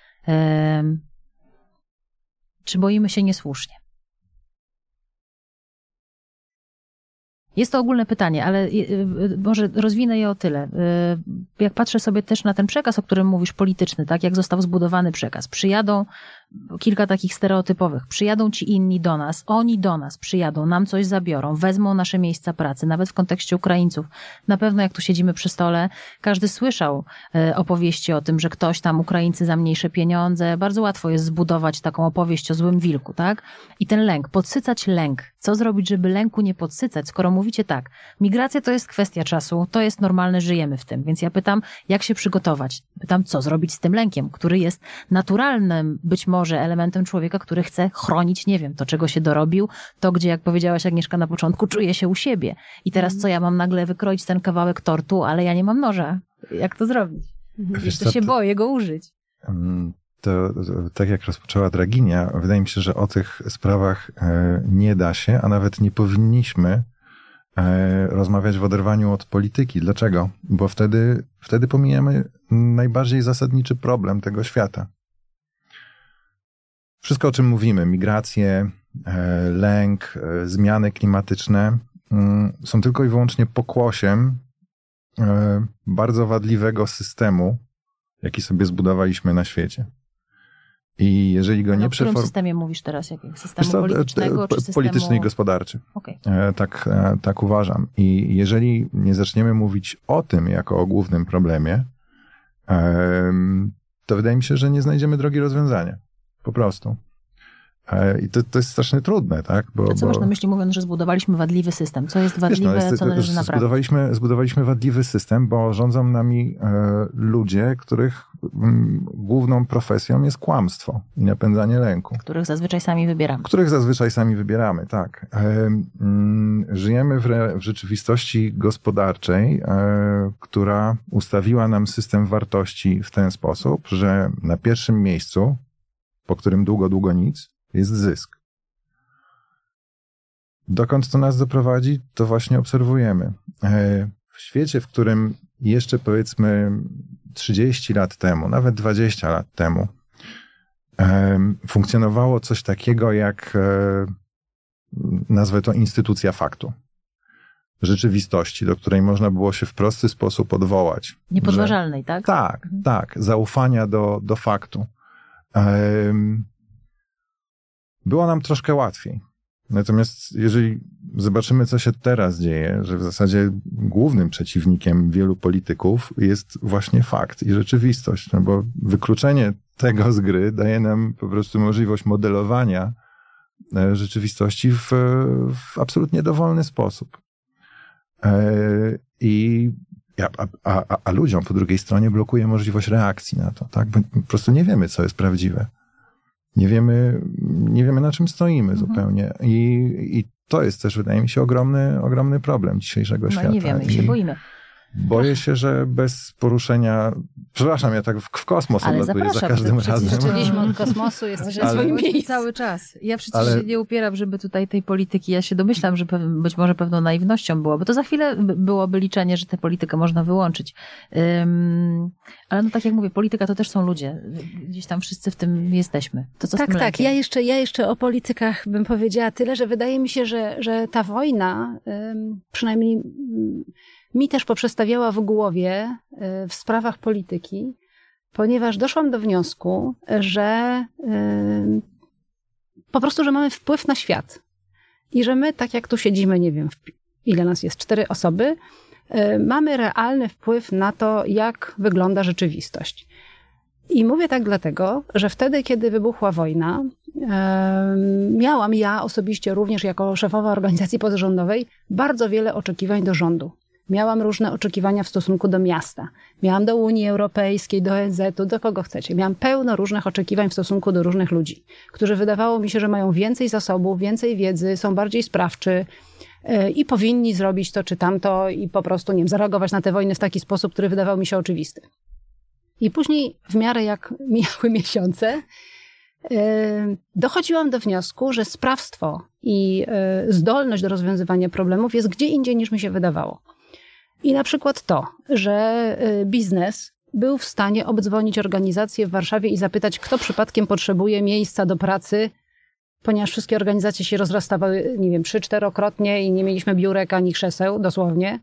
Ehm, czy boimy się niesłusznie? Jest to ogólne pytanie, ale może rozwinę je o tyle. Jak patrzę sobie też na ten przekaz, o którym mówisz, polityczny, tak, jak został zbudowany przekaz. Przyjadą, kilka takich stereotypowych, przyjadą ci inni do nas, oni do nas przyjadą, nam coś zabiorą, wezmą nasze miejsca pracy, nawet w kontekście Ukraińców. Na pewno jak tu siedzimy przy stole, każdy słyszał opowieści o tym, że ktoś tam, Ukraińcy za mniejsze pieniądze, bardzo łatwo jest zbudować taką opowieść o złym wilku, tak? I ten lęk, podsycać lęk. Co zrobić, żeby lęku nie podsycać, skoro mówicie tak, migracja to jest kwestia czasu, to jest normalne, żyjemy w tym. Więc ja pytam, jak się przygotować? Pytam, co zrobić z tym lękiem, który jest naturalnym być może elementem człowieka, który chce chronić, nie wiem, to czego się dorobił, to gdzie, jak powiedziałaś Agnieszka na początku, czuje się u siebie. I teraz co, ja mam nagle wykroić ten kawałek tortu, ale ja nie mam noża. Jak to zrobić? Wiesz, to się to... boję go użyć. Um... To, to tak jak rozpoczęła Draginia, wydaje mi się, że o tych sprawach e, nie da się, a nawet nie powinniśmy e, rozmawiać w oderwaniu od polityki. Dlaczego? Bo wtedy, wtedy pomijamy najbardziej zasadniczy problem tego świata. Wszystko, o czym mówimy, migracje, e, lęk, e, zmiany klimatyczne, m, są tylko i wyłącznie pokłosiem e, bardzo wadliwego systemu, jaki sobie zbudowaliśmy na świecie. I jeżeli go nie przeformujemy... O którym systemie mówisz teraz? Jakiego? Systemu to, politycznego czy systemu... Polityczny i gospodarczy. Okay. Tak, tak uważam. I jeżeli nie zaczniemy mówić o tym jako o głównym problemie, to wydaje mi się, że nie znajdziemy drogi rozwiązania. Po prostu. I to, to jest strasznie trudne, tak? Bo, A co bo... masz na myśli, mówiąc, że zbudowaliśmy wadliwy system? Co jest wadliwe, Wiesz, no, jest, co należy naprawić? Zbudowaliśmy, zbudowaliśmy wadliwy system, bo rządzą nami e, ludzie, których m, główną profesją jest kłamstwo i napędzanie lęku. Których zazwyczaj sami wybieramy. Których zazwyczaj sami wybieramy, tak. E, m, żyjemy w, re, w rzeczywistości gospodarczej, e, która ustawiła nam system wartości w ten sposób, że na pierwszym miejscu, po którym długo, długo nic, jest zysk. Dokąd to nas doprowadzi, to właśnie obserwujemy. E, w świecie, w którym jeszcze powiedzmy trzydzieści lat temu, nawet dwadzieścia lat temu, e, funkcjonowało coś takiego jak, e, nazwę to instytucja faktu. Rzeczywistości, do której można było się w prosty sposób odwołać. Niepodważalnej, że, tak? Tak, mhm. tak. Zaufania do, do faktu. E, było nam troszkę łatwiej. Natomiast jeżeli zobaczymy, co się teraz dzieje, że w zasadzie głównym przeciwnikiem wielu polityków jest właśnie fakt i rzeczywistość, no bo wykluczenie tego z gry daje nam po prostu możliwość modelowania rzeczywistości w, w absolutnie dowolny sposób. I a, a, a ludziom po drugiej stronie blokuje możliwość reakcji na to, tak? Bo po prostu nie wiemy, co jest prawdziwe. Nie wiemy, nie wiemy na czym stoimy mhm. zupełnie. I, I to jest też, wydaje mi się, ogromny, ogromny problem dzisiejszego no, świata. Nie wiemy i się boimy. Boję się, że bez poruszenia... Przepraszam, ja tak w, w kosmos ale odlatuję za każdym razem. Zaczęliśmy od kosmosu, jesteśmy na swoim miejscu. Cały czas. Ja przecież ale... się nie upieram, żeby tutaj tej polityki, ja się domyślam, że pew, być może pewną naiwnością było, bo to za chwilę byłoby liczenie, że tę politykę można wyłączyć. Um, ale no tak jak mówię, polityka to też są ludzie. Gdzieś tam wszyscy w tym jesteśmy. To co tak, z tym tak. Ja jeszcze, ja jeszcze o politykach bym powiedziała tyle, że wydaje mi się, że, że ta wojna, um, przynajmniej um, mi też poprzestawiała w głowie w sprawach polityki, ponieważ doszłam do wniosku, że po prostu, że mamy wpływ na świat. I że my, tak jak tu siedzimy, nie wiem, ile nas jest, cztery osoby, mamy realny wpływ na to, jak wygląda rzeczywistość. I mówię tak dlatego, że wtedy, kiedy wybuchła wojna, miałam ja osobiście również jako szefowa organizacji pozarządowej bardzo wiele oczekiwań do rządu. Miałam różne oczekiwania w stosunku do miasta. Miałam do Unii Europejskiej, do O N Z u, do kogo chcecie. Miałam pełno różnych oczekiwań w stosunku do różnych ludzi, którzy wydawało mi się, że mają więcej zasobów, więcej wiedzy, są bardziej sprawczy yy, i powinni zrobić to czy tamto i po prostu, nie wiem, zareagować na te wojny w taki sposób, który wydawał mi się oczywisty. I później w miarę jak mijały miesiące, yy, dochodziłam do wniosku, że sprawstwo i yy, zdolność do rozwiązywania problemów jest gdzie indziej niż mi się wydawało. I na przykład to, że biznes był w stanie obdzwonić organizację w Warszawie i zapytać, kto przypadkiem potrzebuje miejsca do pracy, ponieważ wszystkie organizacje się rozrastawały, nie wiem, trzy, czterokrotnie i nie mieliśmy biurek ani krzeseł, dosłownie.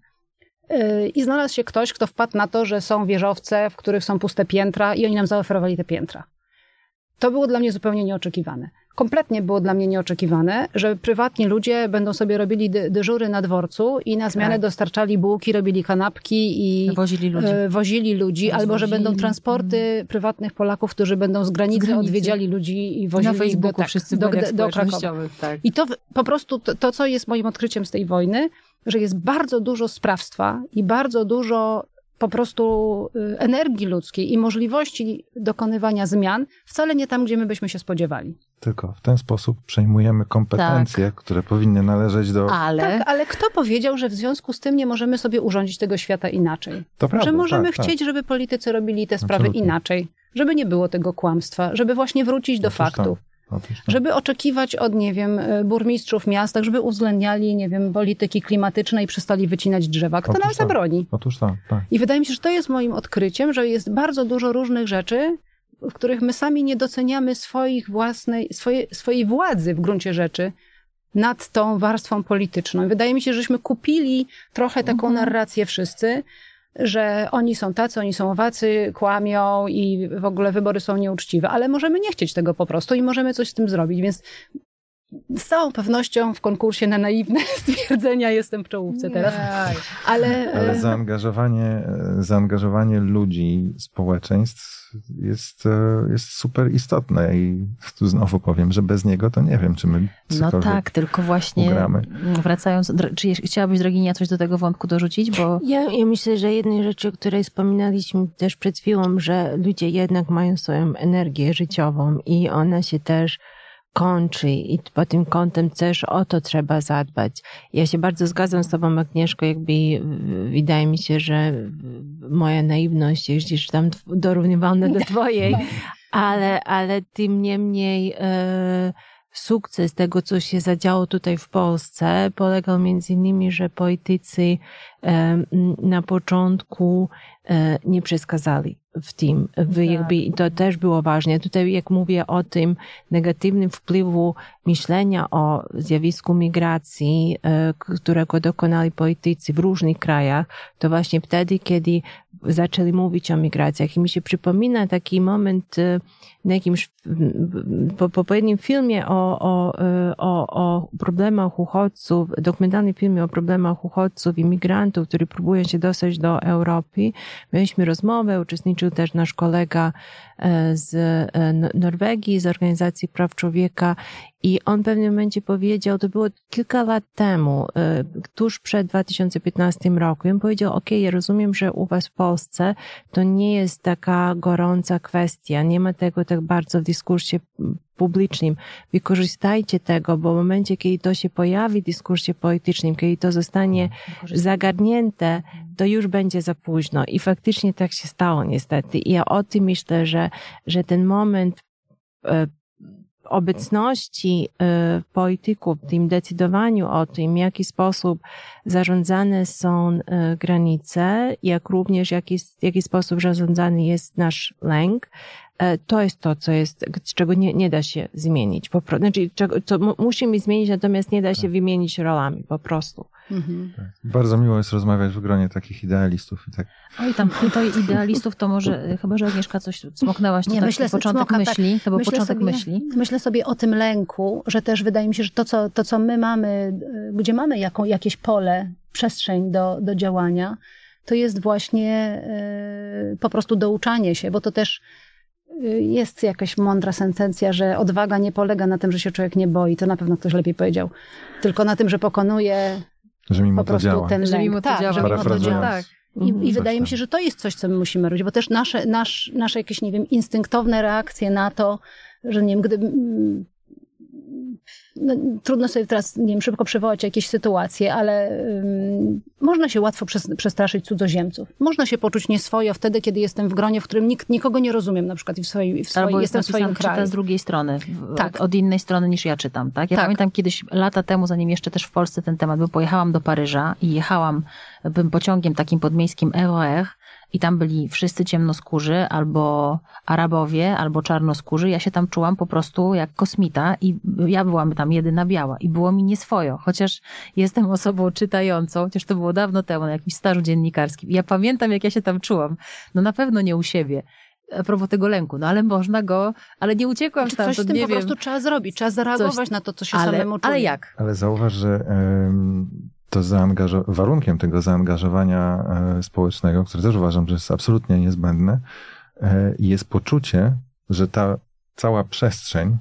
I znalazł się ktoś, kto wpadł na to, że są wieżowce, w których są puste piętra i oni nam zaoferowali te piętra. To było dla mnie zupełnie nieoczekiwane. Kompletnie było dla mnie nieoczekiwane, że prywatni ludzie będą sobie robili dy- dyżury na dworcu i na zmianę tak. dostarczali bułki, robili kanapki i wozili ludzi, e, wozili ludzi Rozwozili. albo że będą transporty mm. prywatnych Polaków, którzy będą z granicy, z granicy. odwiedziali ludzi i wozili na Facebooku do, tak, wszyscy do, do, do Krakowa. Tak. I to po prostu, to, to co jest moim odkryciem z tej wojny, że jest bardzo dużo sprawstwa i bardzo dużo po prostu energii ludzkiej i możliwości dokonywania zmian wcale nie tam, gdzie my byśmy się spodziewali. Tylko w ten sposób przejmujemy kompetencje, tak. które powinny należeć do... Ale... Tak, ale kto powiedział, że w związku z tym nie możemy sobie urządzić tego świata inaczej? To prawda, że możemy tak, chcieć, tak. żeby politycy robili te sprawy Absolutnie. inaczej, żeby nie było tego kłamstwa, żeby właśnie wrócić do Otóż faktów. Tak. Otóż żeby oczekiwać od, nie wiem, burmistrzów miast, tak żeby uwzględniali, nie wiem, polityki klimatyczne i przestali wycinać drzewa. Kto Otóż nam tak. zabroni? Otóż tak, tak. I wydaje mi się, że to jest moim odkryciem, że jest bardzo dużo różnych rzeczy, w których my sami nie doceniamy swoich własnej, swojej, swojej władzy w gruncie rzeczy nad tą warstwą polityczną. I wydaje mi się, żeśmy kupili trochę taką mhm. narrację wszyscy, że oni są tacy, oni są owacy, kłamią i w ogóle wybory są nieuczciwe, ale możemy nie chcieć tego po prostu i możemy coś z tym zrobić, więc z całą pewnością w konkursie na naiwne stwierdzenia jestem w czołówce teraz. Ale, Ale zaangażowanie, zaangażowanie ludzi, społeczeństw jest, jest super istotne i tu znowu powiem, że bez niego to nie wiem, czy my No tak, tylko właśnie ugramy. Wracając, czy chciałabyś, Droginia, coś do tego wątku dorzucić? Bo... Ja, ja myślę, że jednej rzeczy, o której wspominaliśmy też przed chwilą, że ludzie jednak mają swoją energię życiową i ona się też kończy i pod tym kątem też o to trzeba zadbać. Ja się bardzo zgadzam z tobą, Agnieszko, jakby wydaje mi się, że moja naiwność jest gdzieś tam dorównywalna do twojej, ale, ale tym niemniej e, sukces tego, co się zadziało tutaj w Polsce, polegał między innymi, że politycy e, na początku e, nie przeszkadzali w tym. W jakby, i to też było ważne. Tutaj jak mówię o tym negatywnym wpływu myślenia o zjawisku migracji, którego dokonali politycy w różnych krajach, to właśnie wtedy, kiedy zaczęli mówić o migracjach. I mi się przypomina taki moment na jakimś po poprzednim filmie o, o, o, o problemach uchodźców, dokumentalnym filmie o problemach uchodźców i migrantów, którzy próbują się dostać do Europy. Mieliśmy rozmowę, uczestniczył też nasz kolega z Norwegii, z Organizacji Praw Człowieka i on w pewnym momencie powiedział, to było kilka lat temu, tuż przed dwa tysiące piętnastym rokiem, powiedział, ok, ja rozumiem, że u was w Polsce to nie jest taka gorąca kwestia, nie ma tego tak bardzo w dyskursie publicznym. Wykorzystajcie tego, bo w momencie, kiedy to się pojawi w dyskursie politycznym, kiedy to zostanie zagarnięte, to już będzie za późno. I faktycznie tak się stało niestety. I ja o tym myślę, że, że ten moment e, obecności e, polityków, w tym decydowaniu o tym, w jaki sposób zarządzane są e, granice, jak również jaki, w jaki sposób zarządzany jest nasz lęk, to jest to, co jest, czego nie, nie da się zmienić. Po pro, znaczy, czego, co musimy zmienić, natomiast nie da się wymienić rolami, po prostu. Mhm. Tak. Bardzo miło jest rozmawiać w gronie takich idealistów. I tak. Oj, tam to idealistów to może, chyba że Agnieszka coś smoknęłaś, to nie, tak myślę, początek smoka, myśli, tak. to był myślę początek sobie, myśli. Myślę sobie o tym lęku, że też wydaje mi się, że to, co, to, co my mamy, gdzie mamy jaką, jakieś pole, przestrzeń do, do działania, to jest właśnie yy, po prostu douczanie się, bo to też jest jakaś mądra sentencja, że odwaga nie polega na tym, że się człowiek nie boi. To na pewno ktoś lepiej powiedział. Tylko na tym, że pokonuje że mimo po to prostu działa. ten lęk. Że mimo to tak, działa. że mimo to działa. Tak. I, i Coś wydaje tam. mi się, że to jest coś, co my musimy robić, bo też nasze, nasz, nasze jakieś, nie wiem, instynktowne reakcje na to, że nie wiem, gdy... No, trudno sobie teraz, nie wiem, szybko przywołać jakieś sytuacje, ale um, można się łatwo przez, przestraszyć cudzoziemców. Można się poczuć nieswojo wtedy, kiedy jestem w gronie, w którym nikt, nikogo nie rozumiem, na przykład i w swojej, w swojej, Albo jestem w swoim czyta kraju. z drugiej strony, w, Tak. od, od innej strony niż ja czytam. Tak? Ja Tak. pamiętam kiedyś, lata temu, zanim jeszcze też w Polsce ten temat był, pojechałam do Paryża i jechałam bym pociągiem takim podmiejskim E O R i tam byli wszyscy ciemnoskórzy, albo Arabowie, albo czarnoskórzy. Ja się tam czułam po prostu jak kosmita i ja byłam tam jedyna biała i było mi nieswojo, chociaż jestem osobą czytającą, chociaż to było dawno temu na jakimś stażu dziennikarskim. I ja pamiętam, jak ja się tam czułam. No na pewno nie u siebie. A propos tego lęku, no ale można go, ale nie uciekłam Czy stamtąd, coś z tym nie po wiem. prostu trzeba zrobić, trzeba zareagować Coś, na to, co się ale, samemu czuje. ale jak? Ale zauważ, że ym, to zaangażo- warunkiem tego zaangażowania y, społecznego, które też uważam, że jest absolutnie niezbędne, y, jest poczucie, że ta cała przestrzeń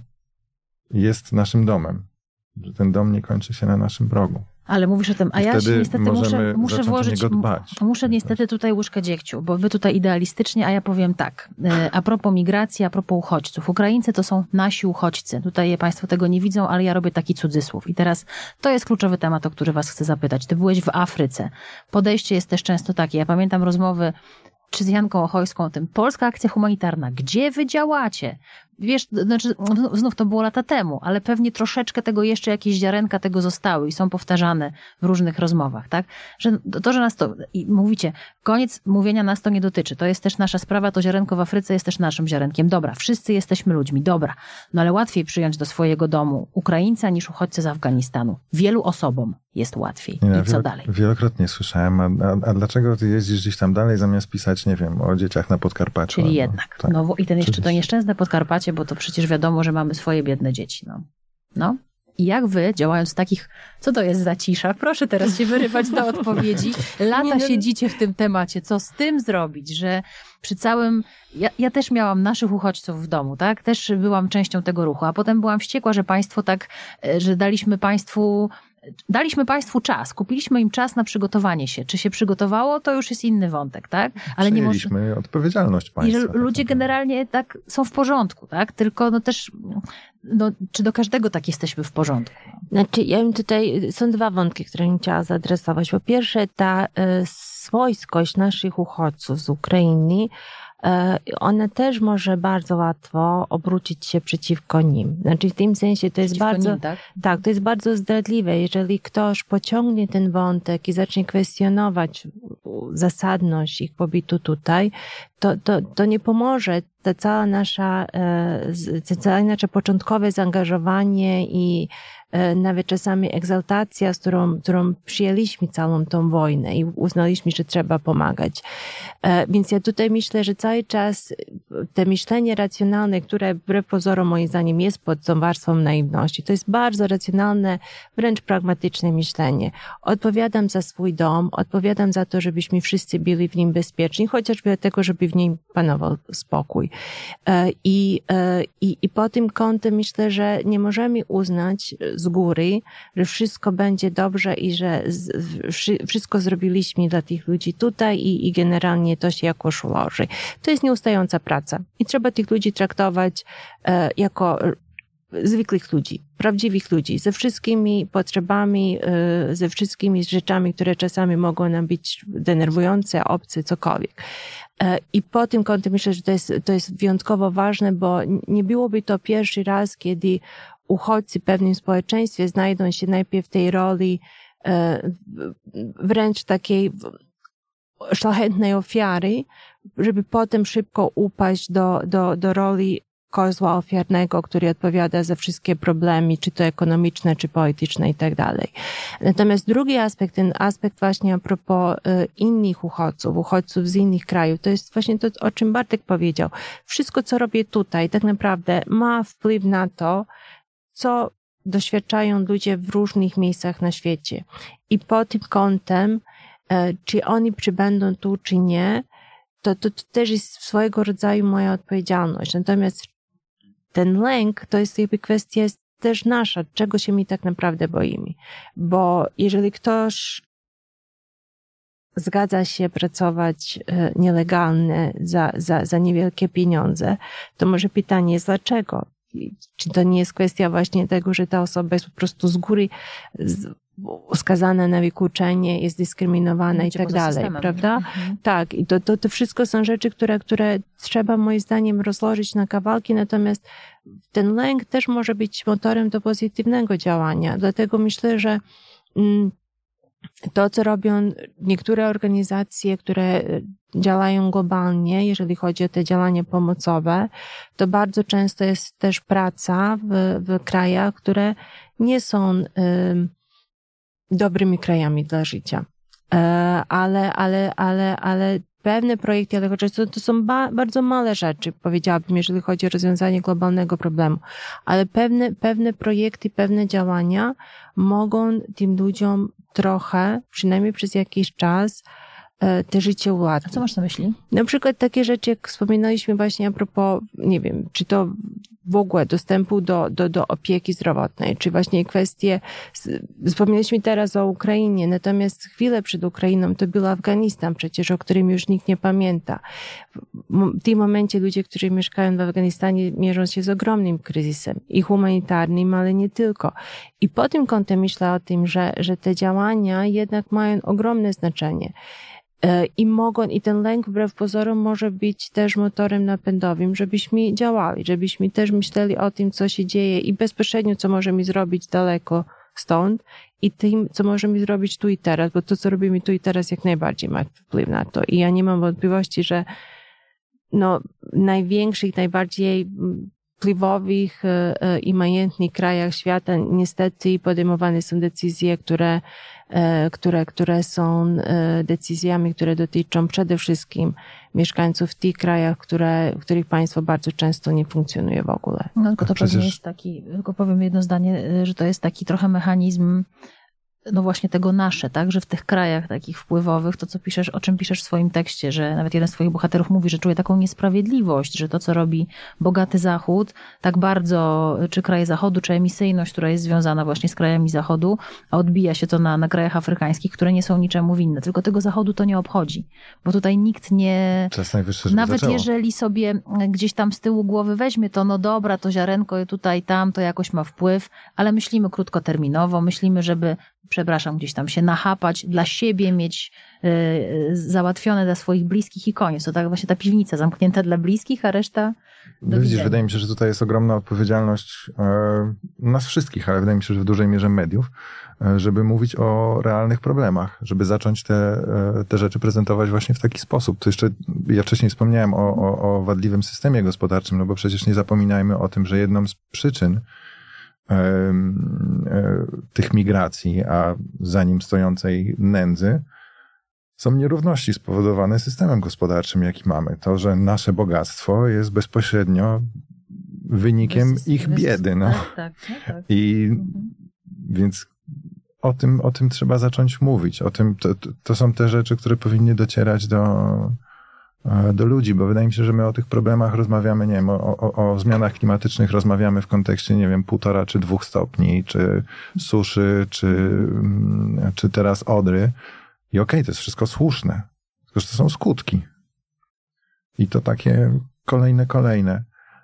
jest naszym domem. Że ten dom nie kończy się na naszym progu. Ale mówisz o tym, a I ja się wtedy niestety możemy muszę, muszę zacząć o włożyć, niego dbać. muszę niestety tutaj łyżkę dziegciu, bo wy tutaj idealistycznie, a ja powiem tak, a propos migracji, a propos uchodźców. Ukraińcy to są nasi uchodźcy. Tutaj państwo tego nie widzą, ale ja robię taki cudzysłów. I teraz to jest kluczowy temat, o który was chcę zapytać. Ty byłeś w Afryce. Podejście jest też często takie. Ja pamiętam rozmowy czy z Janką Ochojską o tym. Polska akcja humanitarna. Gdzie wy działacie? Wiesz, znaczy, znów to było lata temu, ale pewnie troszeczkę tego jeszcze, jakieś ziarenka tego zostały i są powtarzane w różnych rozmowach, tak? Że to, że nas to, i mówicie, koniec mówienia nas to nie dotyczy, to jest też nasza sprawa, to ziarenko w Afryce jest też naszym ziarenkiem. Dobra, wszyscy jesteśmy ludźmi, dobra, no ale łatwiej przyjąć do swojego domu Ukraińca niż uchodźcę z Afganistanu. Wielu osobom jest łatwiej. Nie, I ja co wielo- dalej? Wielokrotnie słyszałem, a, a, a dlaczego ty jeździsz gdzieś tam dalej, zamiast pisać, nie wiem, o dzieciach na Podkarpaciu? Czyli albo- jednak. tak. No i ten jeszcze to Oczywiście. nieszczęsne Podkarpacie, bo to przecież wiadomo, że mamy swoje biedne dzieci. No. No. I jak wy, działając w takich, co to jest za cisza? Proszę teraz się wyrywać do odpowiedzi. Lata siedzicie w tym temacie. Co z tym zrobić, że przy całym... Ja, ja też miałam naszych uchodźców w domu, tak? Też byłam częścią tego ruchu, a potem byłam wściekła, że państwo tak, że daliśmy państwu... Daliśmy państwu czas, kupiliśmy im czas na przygotowanie się. Czy się przygotowało, to już jest inny wątek, tak? Ale nie Przejęliśmy może... odpowiedzialność państwa. I że ludzie tak generalnie tak są w porządku, tak? Tylko no też, no, czy do każdego tak jesteśmy w porządku? Znaczy, ja bym tutaj, są dwa wątki, które bym chciała zaadresować. Po pierwsze, ta y, swojskość naszych uchodźców z Ukrainy, ona też może bardzo łatwo obrócić się przeciwko nim. Znaczy w tym sensie to jest przeciwko bardzo, nim, tak? tak, to jest bardzo zdradliwe. Jeżeli ktoś pociągnie ten wątek i zacznie kwestionować zasadność ich pobytu tutaj, to, to, to nie pomoże. Ta cała nasza, to całe nasze początkowe zaangażowanie i nawet czasami egzaltacja, z którą, którą przyjęliśmy całą tą wojnę i uznaliśmy, że trzeba pomagać. Więc ja tutaj myślę, że cały czas te myślenie racjonalne, które wbrew pozorom moim zdaniem jest pod tą warstwą naiwności, to jest bardzo racjonalne, wręcz pragmatyczne myślenie. Odpowiadam za swój dom, odpowiadam za to, żebyśmy wszyscy byli w nim bezpieczni, chociażby dlatego, żeby w nim panował spokój. I, i, i po tym kątem myślę, że nie możemy uznać z góry, że wszystko będzie dobrze i że wszystko zrobiliśmy dla tych ludzi tutaj i, i generalnie to się jakoś ułoży. To jest nieustająca praca i trzeba tych ludzi traktować e, jako zwykłych ludzi, prawdziwych ludzi, ze wszystkimi potrzebami, e, ze wszystkimi rzeczami, które czasami mogą nam być denerwujące, obce, cokolwiek. E, I po tym kątem myślę, że to jest, to jest wyjątkowo ważne, bo nie byłoby to pierwszy raz, kiedy uchodźcy w pewnym społeczeństwie znajdą się najpierw w tej roli e, wręcz takiej szlachetnej ofiary, żeby potem szybko upaść do, do, do roli kozła ofiarnego, który odpowiada za wszystkie problemy, czy to ekonomiczne, czy polityczne i tak dalej. Natomiast drugi aspekt, ten aspekt właśnie a propos y, innych uchodźców, uchodźców z innych krajów, to jest właśnie to, o czym Bartek powiedział. Wszystko, co robię tutaj, tak naprawdę ma wpływ na to, co doświadczają ludzie w różnych miejscach na świecie. I pod tym kątem, czy oni przybędą tu, czy nie, to, to, to też jest swojego rodzaju moja odpowiedzialność. Natomiast ten lęk to jest jakby kwestia jest też nasza, czego się my tak naprawdę boimy. Bo jeżeli ktoś zgadza się pracować nielegalnie za, za, za niewielkie pieniądze, to może pytanie jest dlaczego? Czy to nie jest kwestia właśnie tego, że ta osoba jest po prostu z góry skazana na wykluczenie, jest dyskryminowana i tak dalej, systemem. Prawda? Mhm. Tak, i to, to, to wszystko są rzeczy, które, które trzeba moim zdaniem rozłożyć na kawałki, natomiast ten lęk też może być motorem do pozytywnego działania, dlatego myślę, że mm, to, co robią niektóre organizacje, które działają globalnie, jeżeli chodzi o te działania pomocowe, to bardzo często jest też praca w, w krajach, które nie są y, dobrymi krajami dla życia. Y, ale, ale, ale, ale pewne projekty, ale chociaż to, to są ba, bardzo małe rzeczy, powiedziałabym, jeżeli chodzi o rozwiązanie globalnego problemu, ale pewne, pewne projekty, pewne działania mogą tym ludziom trochę, przynajmniej przez jakiś czas, te życie ułatwić. A co masz na myśli? Na przykład takie rzeczy, jak wspominaliśmy właśnie a propos, nie wiem, czy to w ogóle dostępu do, do, do opieki zdrowotnej, czy właśnie kwestie, wspomnieliśmy teraz o Ukrainie, natomiast chwilę przed Ukrainą to był Afganistan przecież, o którym już nikt nie pamięta. W tym momencie ludzie, którzy mieszkają w Afganistanie, mierzą się z ogromnym kryzysem i humanitarnym, ale nie tylko. I po tym kątem myślę o tym, że, że te działania jednak mają ogromne znaczenie. I mogą, i ten lęk wbrew pozorom może być też motorem napędowym, żebyśmy działali, żebyśmy też myśleli o tym, co się dzieje i bezpośrednio, co możemy zrobić daleko stąd i tym, co możemy zrobić tu i teraz, bo to, co robimy tu i teraz, jak najbardziej ma wpływ na to. I ja nie mam wątpliwości, że no, największy i najbardziej wpływowych i majętnych krajach świata niestety podejmowane są decyzje, które, które, które są decyzjami, które dotyczą przede wszystkim mieszkańców w tych krajach, które, w których państwo bardzo często nie funkcjonuje w ogóle. No tylko to Przecież... pewnie jest taki, tylko powiem jedno zdanie, że to jest taki trochę mechanizm no właśnie tego nasze, tak, że w tych krajach takich wpływowych, to co piszesz, o czym piszesz w swoim tekście, że nawet jeden z twoich bohaterów mówi, że czuje taką niesprawiedliwość, że to, co robi bogaty Zachód, tak bardzo, czy kraje Zachodu, czy emisyjność, która jest związana właśnie z krajami Zachodu, a odbija się to na, na krajach afrykańskich, które nie są niczemu winne. Tylko tego Zachodu to nie obchodzi, bo tutaj nikt nie... Czas najwyższy, żeby Nawet zaczęło. jeżeli sobie gdzieś tam z tyłu głowy weźmie, to no dobra, to ziarenko tutaj, tam, to jakoś ma wpływ, ale myślimy krótkoterminowo, myślimy, żeby przepraszam, gdzieś tam się nachapać, dla siebie mieć y, załatwione dla swoich bliskich i koniec. To tak właśnie ta piwnica zamknięta dla bliskich, a reszta do Widzisz, widzenia. wydaje mi się, że tutaj jest ogromna odpowiedzialność e, nas wszystkich, ale wydaje mi się, że w dużej mierze mediów, e, żeby mówić o realnych problemach, żeby zacząć te, e, te rzeczy prezentować właśnie w taki sposób. To jeszcze, ja wcześniej wspomniałem o, o, o wadliwym systemie gospodarczym, no bo przecież nie zapominajmy o tym, że jedną z przyczyn tych migracji, a za nim stojącej nędzy, są nierówności spowodowane systemem gospodarczym, jaki mamy. To, że nasze bogactwo jest bezpośrednio wynikiem Wysys- ich wysys- biedy. No. Tak, tak, no tak. I Mhm. więc o tym, o tym trzeba zacząć mówić. O tym, to, to są te rzeczy, które powinny docierać do, do ludzi, bo wydaje mi się, że my o tych problemach rozmawiamy, nie wiem, o, o, o zmianach klimatycznych rozmawiamy w kontekście, nie wiem, półtora czy dwóch stopni, czy suszy, czy, czy teraz Odry. I okej, okay, to jest wszystko słuszne, tylko że to są skutki. I to takie kolejne, kolejne.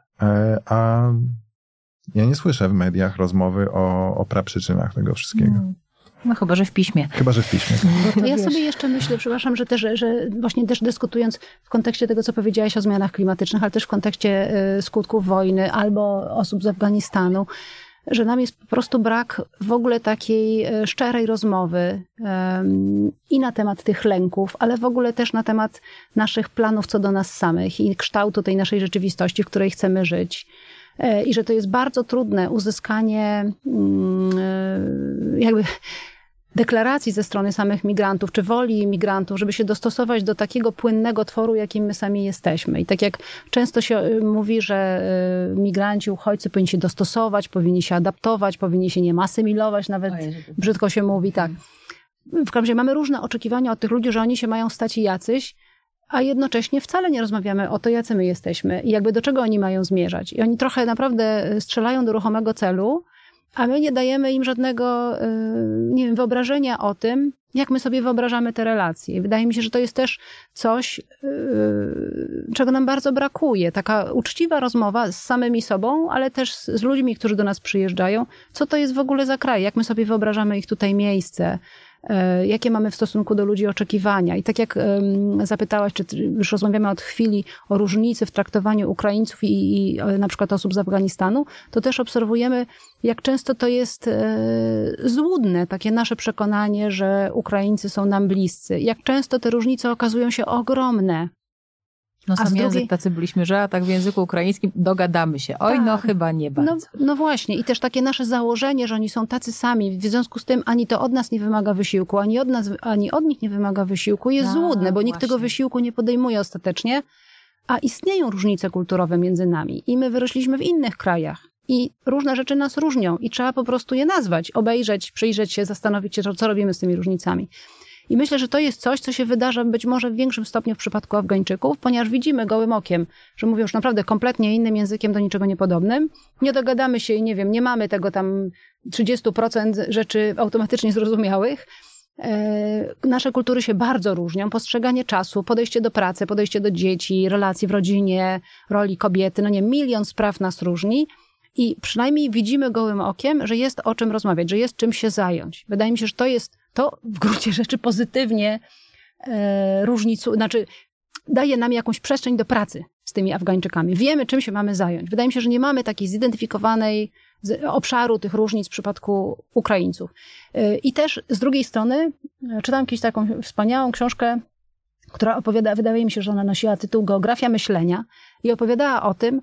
A ja nie słyszę w mediach rozmowy o, o praprzyczynach tego wszystkiego. Mm. No chyba, że w piśmie. Chyba, że w piśmie. To ja sobie jeszcze myślę, przepraszam, że też, że właśnie też dyskutując w kontekście tego, co powiedziałaś o zmianach klimatycznych, ale też w kontekście skutków wojny albo osób z Afganistanu, że nam jest po prostu brak w ogóle takiej szczerej rozmowy um, i na temat tych lęków, ale w ogóle też na temat naszych planów co do nas samych i kształtu tej naszej rzeczywistości, w której chcemy żyć. I że to jest bardzo trudne uzyskanie um, jakby deklaracji ze strony samych migrantów, czy woli migrantów, żeby się dostosować do takiego płynnego tworu, jakim my sami jesteśmy. I tak jak często się mówi, że migranci, uchodźcy powinni się dostosować, powinni się adaptować, powinni się nie asymilować, nawet brzydko się mówi, tak. W każdym razie mamy różne oczekiwania od tych ludzi, że oni się mają stać jacyś, a jednocześnie wcale nie rozmawiamy o to, jacy my jesteśmy i jakby do czego oni mają zmierzać. I oni trochę naprawdę strzelają do ruchomego celu, a my nie dajemy im żadnego, nie wiem, wyobrażenia o tym, jak my sobie wyobrażamy te relacje. I wydaje mi się, że to jest też coś, czego nam bardzo brakuje. Taka uczciwa rozmowa z samymi sobą, ale też z ludźmi, którzy do nas przyjeżdżają. Co to jest w ogóle za kraj? Jak my sobie wyobrażamy ich tutaj miejsce? Jakie mamy w stosunku do ludzi oczekiwania. I tak jak zapytałaś, czy już rozmawiamy od chwili o różnicy w traktowaniu Ukraińców i, i na przykład osób z Afganistanu, to też obserwujemy, jak często to jest złudne, takie nasze przekonanie, że Ukraińcy są nam bliscy. Jak często te różnice okazują się ogromne. No sam z język drugiej... tacy byliśmy, że a tak w języku ukraińskim dogadamy się. Oj, tak. No chyba nie bardzo. No, no właśnie i też takie nasze założenie, że oni są tacy sami, w związku z tym ani to od nas nie wymaga wysiłku, ani od nas, ani od nich nie wymaga wysiłku, jest a, złudne, bo nikt właśnie. Tego wysiłku nie podejmuje ostatecznie, a istnieją różnice kulturowe między nami i my wyrośliśmy w innych krajach i różne rzeczy nas różnią i trzeba po prostu je nazwać, obejrzeć, przyjrzeć się, zastanowić się, co robimy z tymi różnicami. I myślę, że to jest coś, co się wydarza być może w większym stopniu w przypadku Afgańczyków, ponieważ widzimy gołym okiem, że mówią już naprawdę kompletnie innym językiem, do niczego niepodobnym. Nie dogadamy się i nie wiem, nie mamy tego tam trzydzieści procent rzeczy automatycznie zrozumiałych. E, nasze kultury się bardzo różnią. Postrzeganie czasu, podejście do pracy, podejście do dzieci, relacje w rodzinie, roli kobiety, no nie, milion spraw nas różni. I przynajmniej widzimy gołym okiem, że jest o czym rozmawiać, że jest czym się zająć. Wydaje mi się, że to jest, to w gruncie rzeczy pozytywnie e, różnicu, znaczy daje nam jakąś przestrzeń do pracy z tymi Afgańczykami. Wiemy, czym się mamy zająć. Wydaje mi się, że nie mamy takiej zidentyfikowanej z obszaru tych różnic w przypadku Ukraińców. E, I też z drugiej strony czytam kiedyś taką wspaniałą książkę, która opowiada, wydaje mi się, że ona nosiła tytuł Geografia myślenia i opowiadała o tym,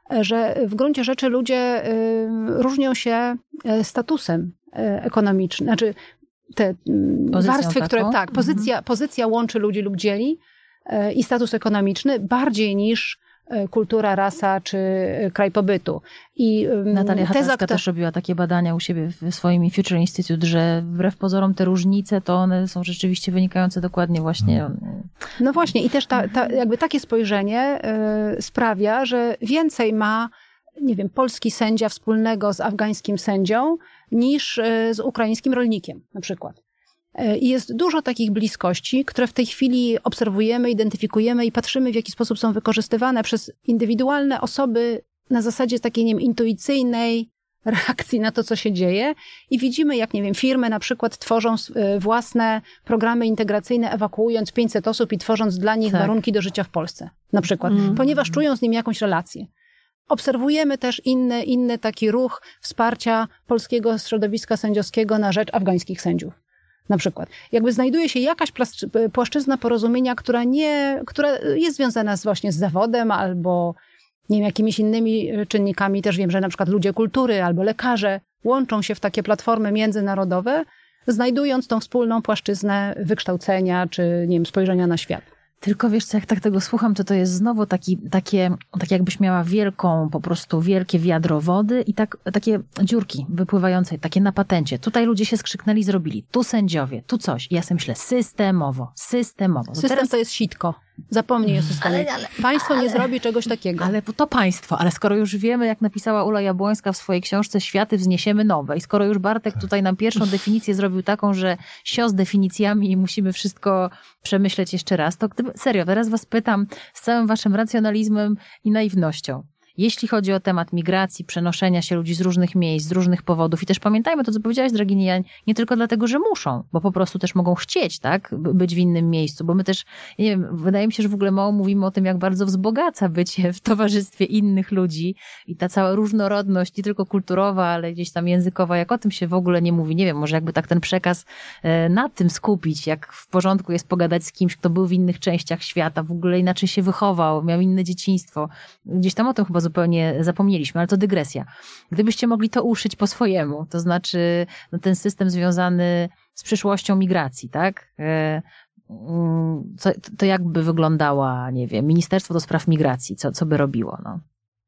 że w gruncie rzeczy ludzie różnią się statusem ekonomicznym, znaczy te Pozycją warstwy, taką? które, tak, pozycja, Mhm. pozycja łączy ludzi lub dzieli i status ekonomiczny bardziej niż kultura, rasa czy kraj pobytu. I Natalia teza, Hatalska też robiła takie badania u siebie w swoim Future Institute, że wbrew pozorom te różnice, to one są rzeczywiście wynikające dokładnie właśnie... No właśnie i też ta, ta, jakby takie spojrzenie y, sprawia, że więcej ma, nie wiem, polski sędzia wspólnego z afgańskim sędzią niż y, z ukraińskim rolnikiem na przykład. Y, I jest dużo takich bliskości, które w tej chwili obserwujemy, identyfikujemy i patrzymy, w jaki sposób są wykorzystywane przez indywidualne osoby na zasadzie takiej, nie wiem, intuicyjnej reakcji na to, co się dzieje i widzimy, jak, nie wiem, firmy na przykład tworzą własne programy integracyjne, ewakuując pięćset osób i tworząc dla nich tak. warunki do życia w Polsce, na przykład, Mm. ponieważ czują z nim jakąś relację. Obserwujemy też inny, inny taki ruch wsparcia polskiego środowiska sędziowskiego na rzecz afgańskich sędziów. Na przykład. Jakby znajduje się jakaś płaszczyzna porozumienia, która nie, która jest związana z, właśnie z zawodem albo nie wiem, jakimiś innymi czynnikami. Też wiem, że na przykład ludzie kultury albo lekarze łączą się w takie platformy międzynarodowe, znajdując tą wspólną płaszczyznę wykształcenia czy, nie wiem, spojrzenia na świat. Tylko wiesz co, jak tak tego słucham, to to jest znowu taki, takie, tak jakbyś miała wielką, po prostu wielkie wiadro wody i tak, takie dziurki wypływające, takie na patencie. Tutaj ludzie się skrzyknęli, zrobili. Tu sędziowie, tu coś. I ja sobie myślę, systemowo, systemowo. System teraz... to jest sitko. Zapomnij o systemie. Ale- ale- Państwo ale- nie zrobi czegoś takiego. Ale to państwo, ale skoro już wiemy, jak napisała Ula Jabłońska w swojej książce Światy wzniesiemy nowe i skoro już Bartek tutaj nam pierwszą definicję zrobił taką, że sio z definicjami i musimy wszystko przemyśleć jeszcze raz, to gdyby, serio, teraz was pytam z całym waszym racjonalizmem i naiwnością. Jeśli chodzi o temat migracji, przenoszenia się ludzi z różnych miejsc, z różnych powodów i też pamiętajmy to, co powiedziałaś, Dragini, ja nie tylko dlatego, że muszą, bo po prostu też mogą chcieć, tak, być w innym miejscu, bo my też, nie wiem, wydaje mi się, że w ogóle mało mówimy o tym, jak bardzo wzbogaca bycie w towarzystwie innych ludzi i ta cała różnorodność, nie tylko kulturowa, ale gdzieś tam językowa, jak o tym się w ogóle nie mówi. Nie wiem, może jakby tak ten przekaz na tym skupić, jak w porządku jest pogadać z kimś, kto był w innych częściach świata, w ogóle inaczej się wychował, miał inne dzieciństwo. Gdzieś tam o tym chyba zupełnie zapomnieliśmy, ale to dygresja. Gdybyście mogli to uszyć po swojemu, to znaczy no, ten system związany z przyszłością migracji, tak? Co, to jak by wyglądała, nie wiem, Ministerstwo do Spraw Migracji, co, co by robiło, no?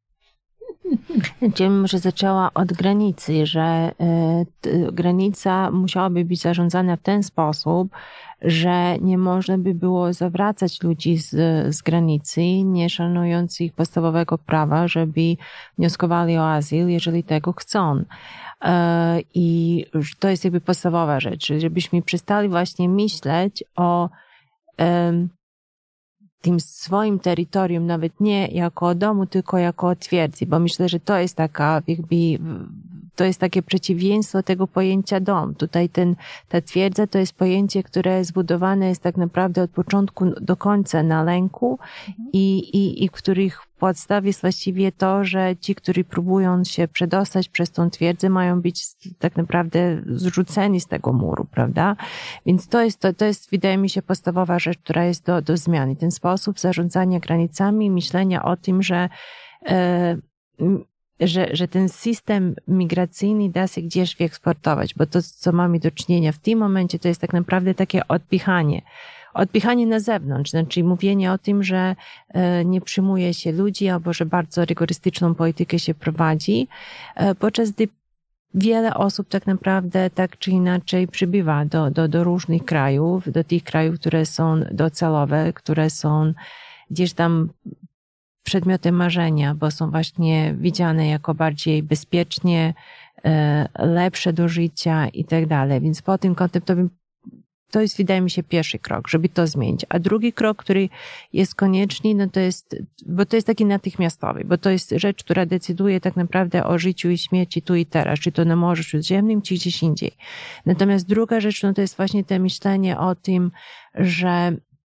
Ja bym może zaczęła od granicy, że y, granica musiałaby być zarządzana w ten sposób, że nie można by było zawracać ludzi z, z granicy, nie szanując ich podstawowego prawa, żeby wnioskowali o azyl, jeżeli tego chcą. Y, I to jest jakby podstawowa rzecz, żebyśmy przestali właśnie myśleć o y, tym swoim terytorium, nawet nie jako o domu, tylko jako o twierdzy, bo myślę, że to jest taka, jakby, to jest takie przeciwieństwo tego pojęcia dom. Tutaj ten, ta twierdza to jest pojęcie, które zbudowane jest tak naprawdę od początku do końca na lęku i, i, i w których podstawie jest właściwie to, że ci, którzy próbują się przedostać przez tą twierdzę, mają być tak naprawdę zrzuceni z tego muru, prawda? Więc to jest, to, to jest, wydaje mi się, podstawowa rzecz, która jest do, do zmiany. Ten sposób zarządzania granicami, myślenia o tym, że, e, że, że ten system migracyjny da się gdzieś wyeksportować, bo to, co mamy do czynienia w tym momencie, to jest tak naprawdę takie odpychanie. Odpychanie na zewnątrz, znaczy mówienie o tym, że nie przyjmuje się ludzi albo że bardzo rygorystyczną politykę się prowadzi, podczas gdy wiele osób tak naprawdę tak czy inaczej przybywa do, do, do różnych krajów, do tych krajów, które są docelowe, które są gdzieś tam przedmiotem marzenia, bo są właśnie widziane jako bardziej bezpiecznie, lepsze do życia i tak dalej. Więc po tym kątem to bym To jest, wydaje mi się, pierwszy krok, żeby to zmienić. A drugi krok, który jest konieczny, no to jest, bo to jest taki natychmiastowy, bo to jest rzecz, która decyduje tak naprawdę o życiu i śmierci tu i teraz, czy to na Morzu Śródziemnym, czy gdzieś indziej. Natomiast druga rzecz, no to jest właśnie to myślenie o tym, że,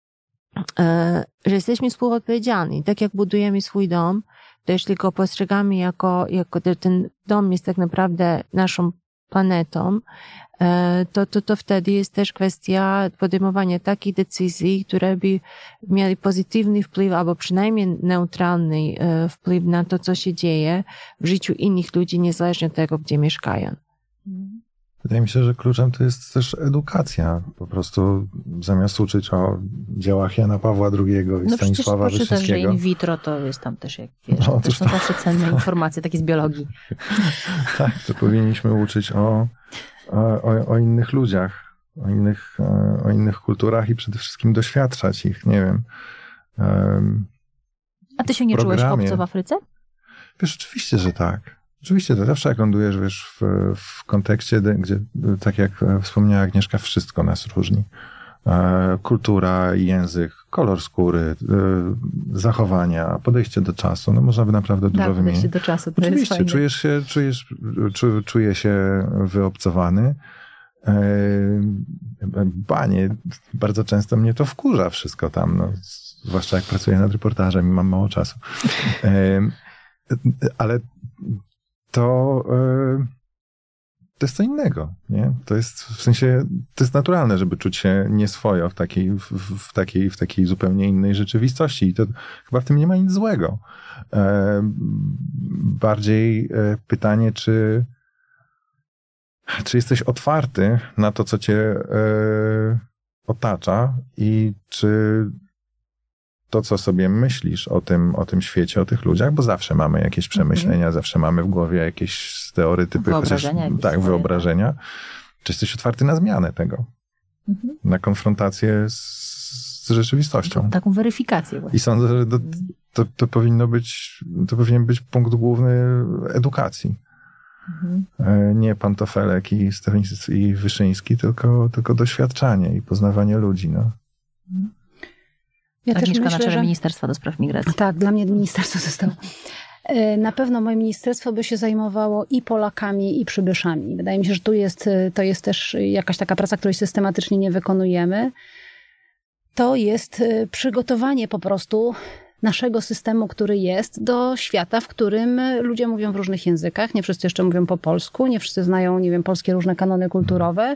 e, że jesteśmy współodpowiedzialni. Tak jak budujemy swój dom, to jeśli go postrzegamy jako, jako ten dom jest tak naprawdę naszą planetą, to, to, to wtedy jest też kwestia podejmowania takich decyzji, które by miały pozytywny wpływ, albo przynajmniej neutralny wpływ na to, co się dzieje w życiu innych ludzi, niezależnie od tego, gdzie mieszkają. Wydaje mi się, że kluczem to jest też edukacja. Po prostu zamiast uczyć o dziełach Jana Pawła drugiego i no Stanisława Wyszyńskiego. No przecież, że in vitro to jest tam też, jak wiesz, no, to są to... zawsze cenne informacje, takie z biologii. Tak, to powinniśmy uczyć o, o, o innych ludziach, o innych, o innych kulturach i przede wszystkim doświadczać ich, nie wiem. Um, A ty się nie czułeś obco w Afryce? Wiesz, oczywiście, że tak. Oczywiście, to zawsze jak lądujesz, wiesz, w, w kontekście, gdzie, tak jak wspomniała Agnieszka, wszystko nas różni. E, kultura, język, kolor skóry, e, zachowania, podejście do czasu, no można by naprawdę dużo tak, wymienić. podejście do czasu, to Oczywiście, jest czujesz się, czujesz, czu, czuję się wyobcowany. E, banie, bardzo często mnie to wkurza wszystko tam, no, zwłaszcza jak pracuję nad reportażem i mam mało czasu. E, ale to, to jest co innego, nie? To jest w sensie, to jest naturalne, żeby czuć się nieswojo w takiej, w, w takiej, w takiej zupełnie innej rzeczywistości i to chyba w tym nie ma nic złego. Bardziej pytanie, czy czy jesteś otwarty na to, co cię otacza i czy to, co sobie myślisz o tym, o tym świecie, o tych ludziach, bo zawsze mamy jakieś przemyślenia, mm-hmm. zawsze mamy w głowie jakieś stereotypy, wyobrażenia, chociaż, tak, swoje, wyobrażenia. Tak. Czy jesteś otwarty na zmianę tego? Mm-hmm. Na konfrontację z, z rzeczywistością. Taką, taką weryfikację właśnie. I sądzę, że to, to, to powinno być, to powinien być punkt główny edukacji. Mm-hmm. Nie Pantofelek i, i Wyszyński, tylko, tylko doświadczanie i poznawanie ludzi. No. Mm. Ja Agnieszka myślę, na czele że... Ministerstwa do Spraw Migracji. Tak, dla mnie ministerstwo zostało. Na pewno moje ministerstwo by się zajmowało i Polakami, i przybyszami. Wydaje mi się, że tu jest, to jest też jakaś taka praca, której systematycznie nie wykonujemy. To jest przygotowanie po prostu naszego systemu, który jest, do świata, w którym ludzie mówią w różnych językach. Nie wszyscy jeszcze mówią po polsku, nie wszyscy znają, nie wiem, polskie różne kanony kulturowe.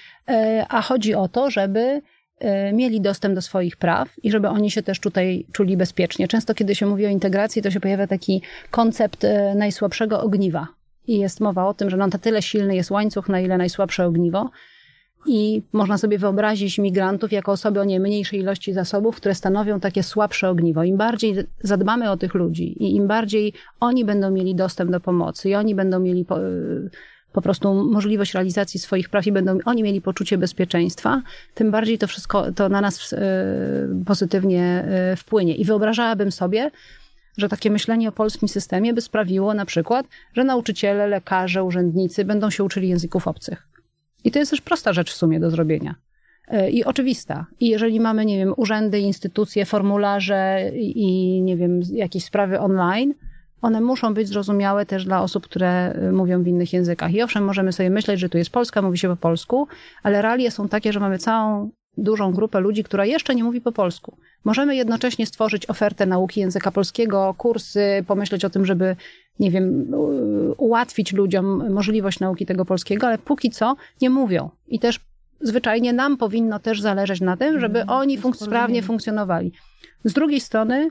A chodzi o to, żeby mieli dostęp do swoich praw i żeby oni się też tutaj czuli bezpiecznie. Często, kiedy się mówi o integracji, to się pojawia taki koncept najsłabszego ogniwa. I jest mowa o tym, że no, na tyle silny jest łańcuch, na ile najsłabsze ogniwo. I można sobie wyobrazić migrantów jako osoby o najmniejszej ilości zasobów, które stanowią takie słabsze ogniwo. Im bardziej zadbamy o tych ludzi i im bardziej oni będą mieli dostęp do pomocy i oni będą mieli po, po prostu możliwość realizacji swoich praw i będą oni mieli poczucie bezpieczeństwa, tym bardziej to wszystko to na nas y, pozytywnie y, wpłynie. I wyobrażałabym sobie, że takie myślenie o polskim systemie by sprawiło na przykład, że nauczyciele, lekarze, urzędnicy będą się uczyli języków obcych. I to jest też prosta rzecz w sumie do zrobienia. I oczywista. I jeżeli mamy, nie wiem, urzędy, instytucje, formularze i, nie wiem, jakieś sprawy online, one muszą być zrozumiałe też dla osób, które mówią w innych językach. I owszem, możemy sobie myśleć, że tu jest Polska, mówi się po polsku, ale realia są takie, że mamy całą dużą grupę ludzi, która jeszcze nie mówi po polsku. Możemy jednocześnie stworzyć ofertę nauki języka polskiego, kursy, pomyśleć o tym, żeby, nie wiem, ułatwić ludziom możliwość nauki tego polskiego, ale póki co nie mówią. I też zwyczajnie nam powinno też zależeć na tym, żeby mm, oni funk- sprawnie funkcjonowali. Z drugiej strony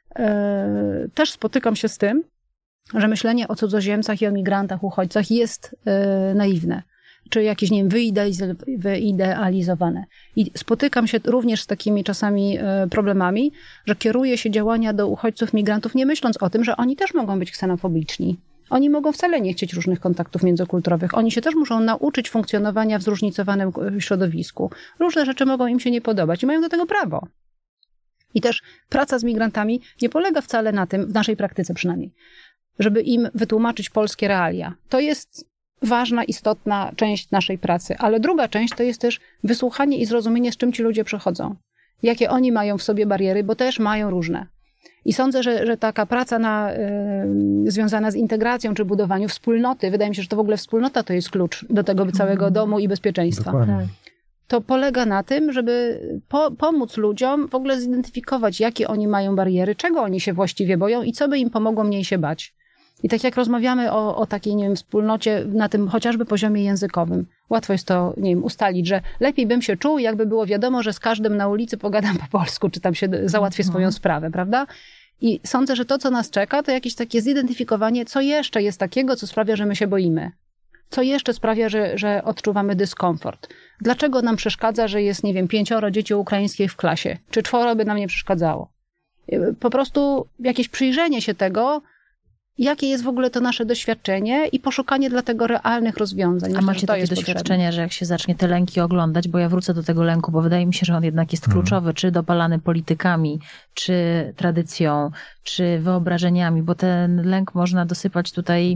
e, też spotykam się z tym, że myślenie o cudzoziemcach i o migrantach, uchodźcach jest e, naiwne. Czy jakieś, nie wiem, wyidealiz- wyidealizowane. I spotykam się również z takimi czasami problemami, że kieruje się działania do uchodźców, migrantów, nie myśląc o tym, że oni też mogą być ksenofobiczni. Oni mogą wcale nie chcieć różnych kontaktów międzykulturowych. Oni się też muszą nauczyć funkcjonowania w zróżnicowanym środowisku. Różne rzeczy mogą im się nie podobać i mają do tego prawo. I też praca z migrantami nie polega wcale na tym, w naszej praktyce przynajmniej, żeby im wytłumaczyć polskie realia. To jest ważna, istotna część naszej pracy, ale druga część to jest też wysłuchanie i zrozumienie, z czym ci ludzie przychodzą. Jakie oni mają w sobie bariery, bo też mają różne. I sądzę, że, że taka praca na, y, związana z integracją czy budowaniu wspólnoty, wydaje mi się, że to w ogóle wspólnota to jest klucz do tego całego domu i bezpieczeństwa. Dokładnie. To polega na tym, żeby po, pomóc ludziom w ogóle zidentyfikować, jakie oni mają bariery, czego oni się właściwie boją i co by im pomogło mniej się bać. I tak jak rozmawiamy o, o takiej, nie wiem, wspólnocie na tym chociażby poziomie językowym, łatwo jest to, nie wiem, ustalić, że lepiej bym się czuł, jakby było wiadomo, że z każdym na ulicy pogadam po polsku, czy tam się załatwię swoją sprawę, prawda? I sądzę, że to, co nas czeka, to jakieś takie zidentyfikowanie, co jeszcze jest takiego, co sprawia, że my się boimy. Co jeszcze sprawia, że, że odczuwamy dyskomfort. Dlaczego nam przeszkadza, że jest, nie wiem, pięcioro dzieci ukraińskich w klasie? Czy czworo by nam nie przeszkadzało? Po prostu jakieś przyjrzenie się tego, jakie jest w ogóle to nasze doświadczenie i poszukanie dla tego realnych rozwiązań. A Myślę, macie że to takie jest doświadczenia, potrzebne. że jak się zacznie te lęki oglądać, bo ja wrócę do tego lęku, bo wydaje mi się, że on jednak jest kluczowy, hmm. czy dopalany politykami, czy tradycją, czy wyobrażeniami, bo ten lęk można dosypać tutaj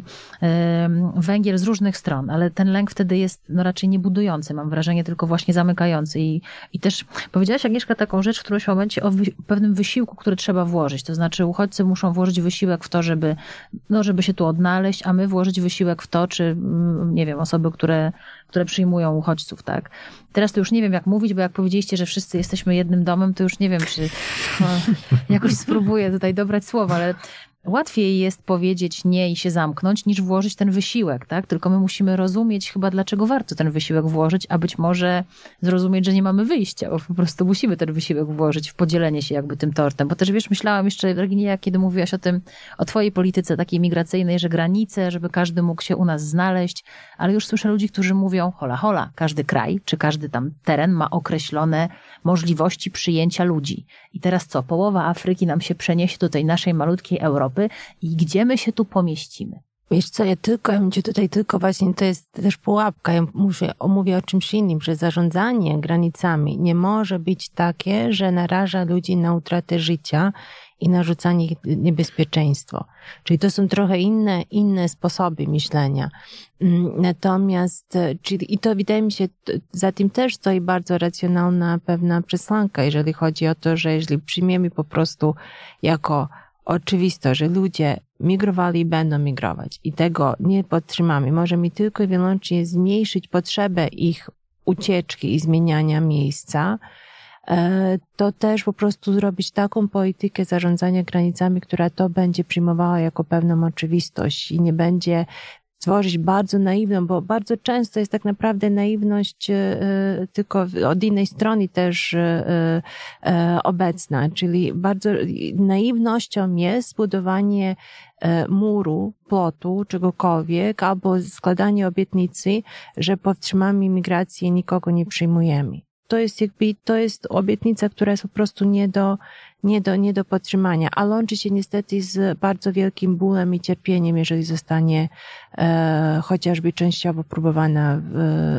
y, węgiel z różnych stron, ale ten lęk wtedy jest no, raczej niebudujący, mam wrażenie, tylko właśnie zamykający. I, i też powiedziałaś, Agnieszka, taką rzecz w którymś momencie o wy, pewnym wysiłku, który trzeba włożyć. To znaczy uchodźcy muszą włożyć wysiłek w to, żeby, no, żeby się tu odnaleźć, a my włożyć wysiłek w to, czy nie wiem, osoby, które, które przyjmują uchodźców, tak. Teraz to już nie wiem, jak mówić, bo jak powiedzieliście, że wszyscy jesteśmy jednym domem, to już nie wiem, czy no, jakoś spróbuję tutaj dobrać słowa, ale łatwiej jest powiedzieć nie i się zamknąć, niż włożyć ten wysiłek, tak? Tylko my musimy rozumieć chyba, dlaczego warto ten wysiłek włożyć, a być może zrozumieć, że nie mamy wyjścia, bo po prostu musimy ten wysiłek włożyć w podzielenie się jakby tym tortem. Bo też, wiesz, myślałam jeszcze, Virginia, kiedy mówiłaś o tym, o twojej polityce takiej migracyjnej, że granice, żeby każdy mógł się u nas znaleźć, ale już słyszę ludzi, którzy mówią, hola, hola, każdy kraj, czy każdy tam teren ma określone możliwości przyjęcia ludzi. I teraz co? Połowa Afryki nam się przeniesie do tej naszej malutkiej Europy, i gdzie my się tu pomieścimy? Wiesz co, ja tylko, ja mówię tutaj tylko właśnie, to jest też pułapka, ja mówię, mówię o czymś innym, że zarządzanie granicami nie może być takie, że naraża ludzi na utratę życia i narzucanie niebezpieczeństwo. Czyli to są trochę inne, inne sposoby myślenia. Natomiast, czyli, i to wydaje mi się, za tym też stoi bardzo racjonalna pewna przesłanka, jeżeli chodzi o to, że jeżeli przyjmiemy po prostu jako oczywiste, że ludzie migrowali i będą migrować i tego nie podtrzymamy. Możemy tylko i wyłącznie zmniejszyć potrzebę ich ucieczki i zmieniania miejsca, to też po prostu zrobić taką politykę zarządzania granicami, która to będzie przyjmowała jako pewną oczywistość i nie będzie stworzyć bardzo naiwną, bo bardzo często jest tak naprawdę naiwność tylko od innej strony też obecna, czyli bardzo naiwnością jest zbudowanie muru, płotu, czegokolwiek, albo składanie obietnicy, że powstrzymamy migrację i nikogo nie przyjmujemy. To jest jakby, to jest obietnica, która jest po prostu nie do, nie do, nie do podtrzymania, a łączy się niestety z bardzo wielkim bólem i cierpieniem, jeżeli zostanie e, chociażby częściowo próbowana, e,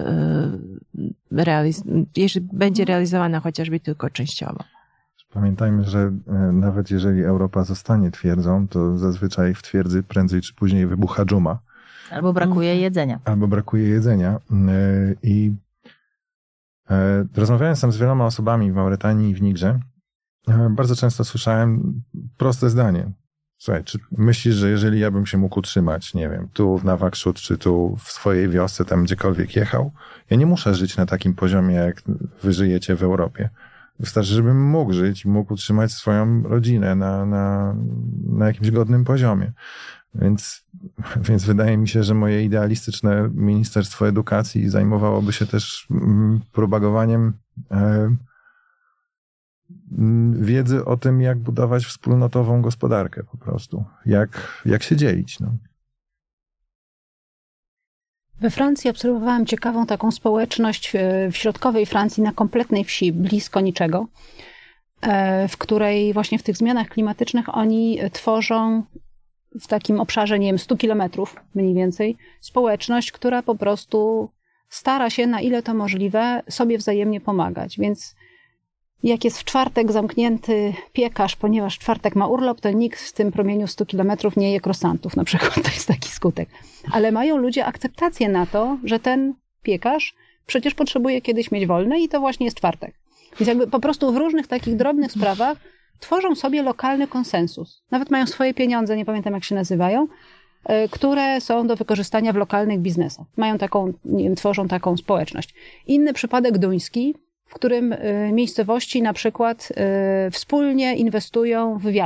realiz- jeżeli będzie realizowana chociażby tylko częściowo. Pamiętajmy, że nawet jeżeli Europa zostanie twierdzą, to zazwyczaj w twierdzy prędzej czy później wybucha dżuma. Albo brakuje jedzenia. Albo brakuje jedzenia. I rozmawiając tam z wieloma osobami w Mauretanii i w Nigrze, bardzo często słyszałem proste zdanie. Słuchaj, czy myślisz, że jeżeli ja bym się mógł utrzymać, nie wiem, tu w Nawakrzut, czy tu w swojej wiosce, tam gdziekolwiek jechał, ja nie muszę żyć na takim poziomie, jak wy żyjecie w Europie. Wystarczy, żebym mógł żyć i mógł utrzymać swoją rodzinę na, na, na jakimś godnym poziomie. Więc, więc wydaje mi się, że moje idealistyczne Ministerstwo Edukacji zajmowałoby się też propagowaniem e, wiedzy o tym, jak budować wspólnotową gospodarkę po prostu. Jak, jak się dzielić. No. We Francji obserwowałam ciekawą taką społeczność w środkowej Francji na kompletnej wsi, blisko niczego, w której właśnie w tych zmianach klimatycznych oni tworzą w takim obszarze, nie wiem, stu kilometrów mniej więcej, społeczność, która po prostu stara się, na ile to możliwe, sobie wzajemnie pomagać. Więc jak jest w czwartek zamknięty piekarz, ponieważ w czwartek ma urlop, to nikt w tym promieniu stu kilometrów nie je krosantów na przykład. To jest taki skutek. Ale mają ludzie akceptację na to, że ten piekarz przecież potrzebuje kiedyś mieć wolne i to właśnie jest czwartek. Więc jakby po prostu w różnych takich drobnych sprawach tworzą sobie lokalny konsensus. Nawet mają swoje pieniądze, nie pamiętam jak się nazywają, które są do wykorzystania w lokalnych biznesach. Mają taką, nie wiem, tworzą taką społeczność. Inny przypadek duński, w którym miejscowości na przykład wspólnie inwestują w wiatrak.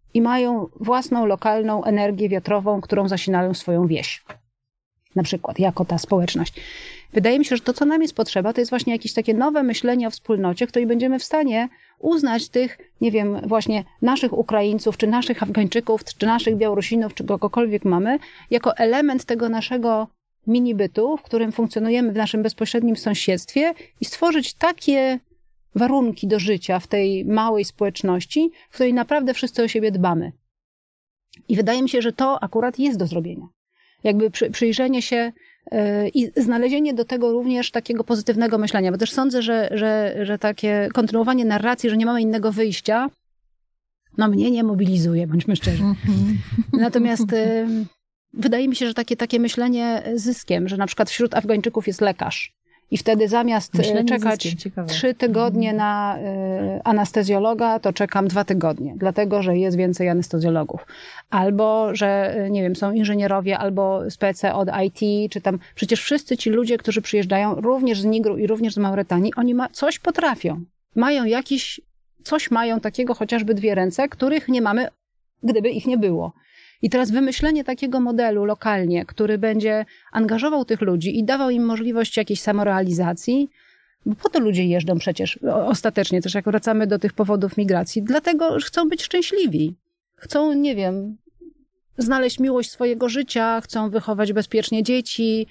i mają własną lokalną energię wiatrową, którą zasilają swoją wieś. Na przykład, jako ta społeczność. Wydaje mi się, że to, co nam jest potrzeba, to jest właśnie jakieś takie nowe myślenie o wspólnocie, w której będziemy w stanie uznać tych, nie wiem, właśnie naszych Ukraińców, czy naszych Afgańczyków, czy naszych Białorusinów, czy kogokolwiek mamy, jako element tego naszego mini-bytu, w którym funkcjonujemy w naszym bezpośrednim sąsiedztwie i stworzyć takie warunki do życia w tej małej społeczności, w której naprawdę wszyscy o siebie dbamy. I wydaje mi się, że to akurat jest do zrobienia. Jakby przy, przyjrzenie się yy, i znalezienie do tego również takiego pozytywnego myślenia, bo też sądzę, że, że, że takie kontynuowanie narracji, że nie mamy innego wyjścia, no mnie nie mobilizuje, bądźmy szczerzy. Natomiast yy, wydaje mi się, że takie, takie myślenie zyskiem, że na przykład wśród Afgańczyków jest lekarz i wtedy zamiast myślenie czekać trzy tygodnie na y, anestezjologa, to czekam dwa tygodnie, dlatego, że jest więcej anestezjologów. Albo, że nie wiem, są inżynierowie albo spece od I T, czy tam przecież wszyscy ci ludzie, którzy przyjeżdżają również z Nigru i również z Mauretanii, oni ma, coś potrafią. Mają jakiś, coś mają takiego, chociażby dwie ręce, których nie mamy, gdyby ich nie było. I teraz wymyślenie takiego modelu lokalnie, który będzie angażował tych ludzi i dawał im możliwość jakiejś samorealizacji, bo po to ludzie jeżdżą przecież ostatecznie, też jak wracamy do tych powodów migracji, dlatego że chcą być szczęśliwi. Chcą, nie wiem, znaleźć miłość swojego życia, chcą wychować bezpiecznie dzieci,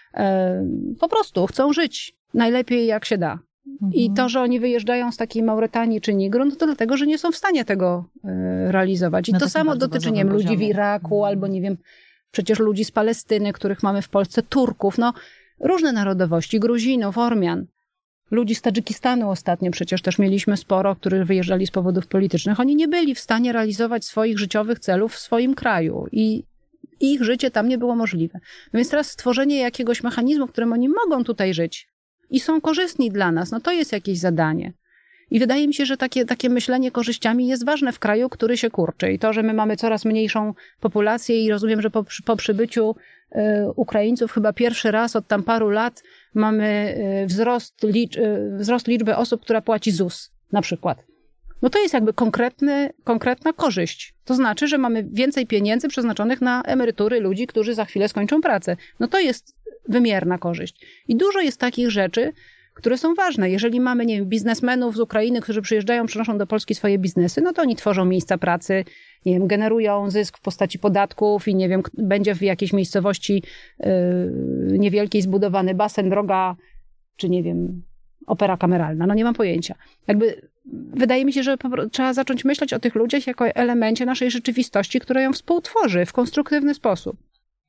po prostu chcą żyć najlepiej jak się da. I to, że oni wyjeżdżają z takiej Mauretanii czy Nigru, no to dlatego, że nie są w stanie tego y, realizować. I no to samo dotyczy, nie wiem, ludzi w Iraku, mm. albo nie wiem, przecież ludzi z Palestyny, których mamy w Polsce, Turków, no różne narodowości, Gruzinów, Ormian, ludzi z Tadżykistanu ostatnio przecież też mieliśmy sporo, którzy wyjeżdżali z powodów politycznych. Oni nie byli w stanie realizować swoich życiowych celów w swoim kraju i ich życie tam nie było możliwe. No więc teraz stworzenie jakiegoś mechanizmu, w którym oni mogą tutaj żyć, i są korzystni dla nas, no to jest jakieś zadanie. I wydaje mi się, że takie, takie myślenie korzyściami jest ważne w kraju, który się kurczy. I to, że my mamy coraz mniejszą populację i rozumiem, że po, po przybyciu y, Ukraińców chyba pierwszy raz od tam paru lat mamy y, wzrost, licz, y, wzrost liczby osób, która płaci Z U S na przykład. No to jest jakby konkretny, konkretna korzyść. To znaczy, że mamy więcej pieniędzy przeznaczonych na emerytury ludzi, którzy za chwilę skończą pracę. No to jest wymierna korzyść. I dużo jest takich rzeczy, które są ważne. Jeżeli mamy, nie wiem, biznesmenów z Ukrainy, którzy przyjeżdżają, przynoszą do Polski swoje biznesy, no to oni tworzą miejsca pracy, nie wiem, generują zysk w postaci podatków i nie wiem, będzie w jakiejś miejscowości yy, niewielkiej zbudowany basen, droga, czy nie wiem, opera kameralna. No nie mam pojęcia. Jakby wydaje mi się, że trzeba zacząć myśleć o tych ludziach jako elemencie naszej rzeczywistości, która ją współtworzy w konstruktywny sposób.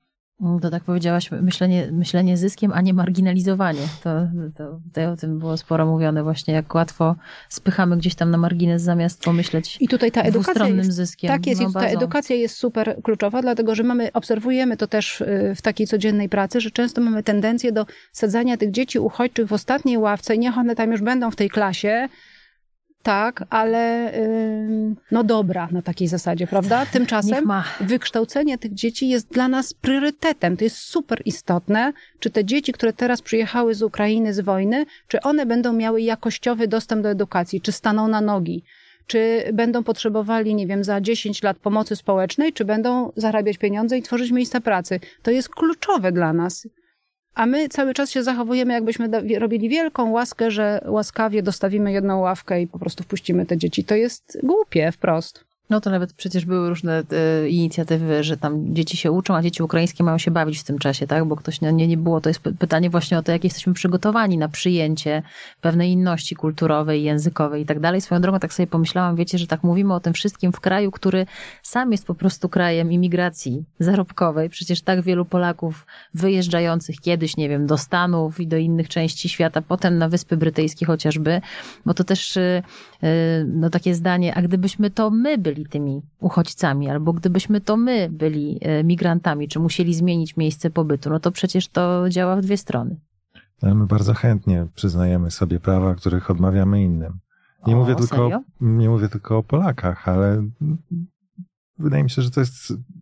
To tak powiedziałaś, myślenie, myślenie zyskiem, a nie marginalizowanie. To, to, to o tym było sporo mówione właśnie, jak łatwo spychamy gdzieś tam na margines zamiast pomyśleć I tutaj ta edukacja jest, zyskiem. Tak jest, no, i ta edukacja jest super kluczowa, dlatego że mamy, obserwujemy to też w takiej codziennej pracy, że często mamy tendencję do sadzania tych dzieci uchodźczych w ostatniej ławce i niech one tam już będą w tej klasie, tak, ale yy, no dobra na takiej zasadzie, prawda? Tymczasem wykształcenie tych dzieci jest dla nas priorytetem. To jest super istotne, czy te dzieci, które teraz przyjechały z Ukrainy, z wojny, czy one będą miały jakościowy dostęp do edukacji, czy staną na nogi, czy będą potrzebowali, nie wiem, za dziesięć lat pomocy społecznej, czy będą zarabiać pieniądze i tworzyć miejsca pracy. To jest kluczowe dla nas. A my cały czas się zachowujemy, jakbyśmy robili wielką łaskę, że łaskawie dostawimy jedną ławkę i po prostu wpuścimy te dzieci. To jest głupie wprost. No to nawet przecież były różne e, inicjatywy, że tam dzieci się uczą, a dzieci ukraińskie mają się bawić w tym czasie, tak? Bo ktoś nie, nie było. To jest pytanie właśnie o to, jak jesteśmy przygotowani na przyjęcie pewnej inności kulturowej, językowej i tak dalej. Swoją drogą tak sobie pomyślałam, wiecie, że tak mówimy o tym wszystkim w kraju, który sam jest po prostu krajem imigracji zarobkowej. Przecież tak wielu Polaków wyjeżdżających kiedyś, nie wiem, do Stanów i do innych części świata, potem na Wyspy Brytyjskie chociażby, bo to też e, no takie zdanie, a gdybyśmy to my byli tymi uchodźcami, albo gdybyśmy to my byli migrantami, czy musieli zmienić miejsce pobytu, no to przecież to działa w dwie strony. Ale my bardzo chętnie przyznajemy sobie prawa, których odmawiamy innym. Nie, o, mówię, tylko, nie mówię tylko o Polakach, ale wydaje mi się, że to jest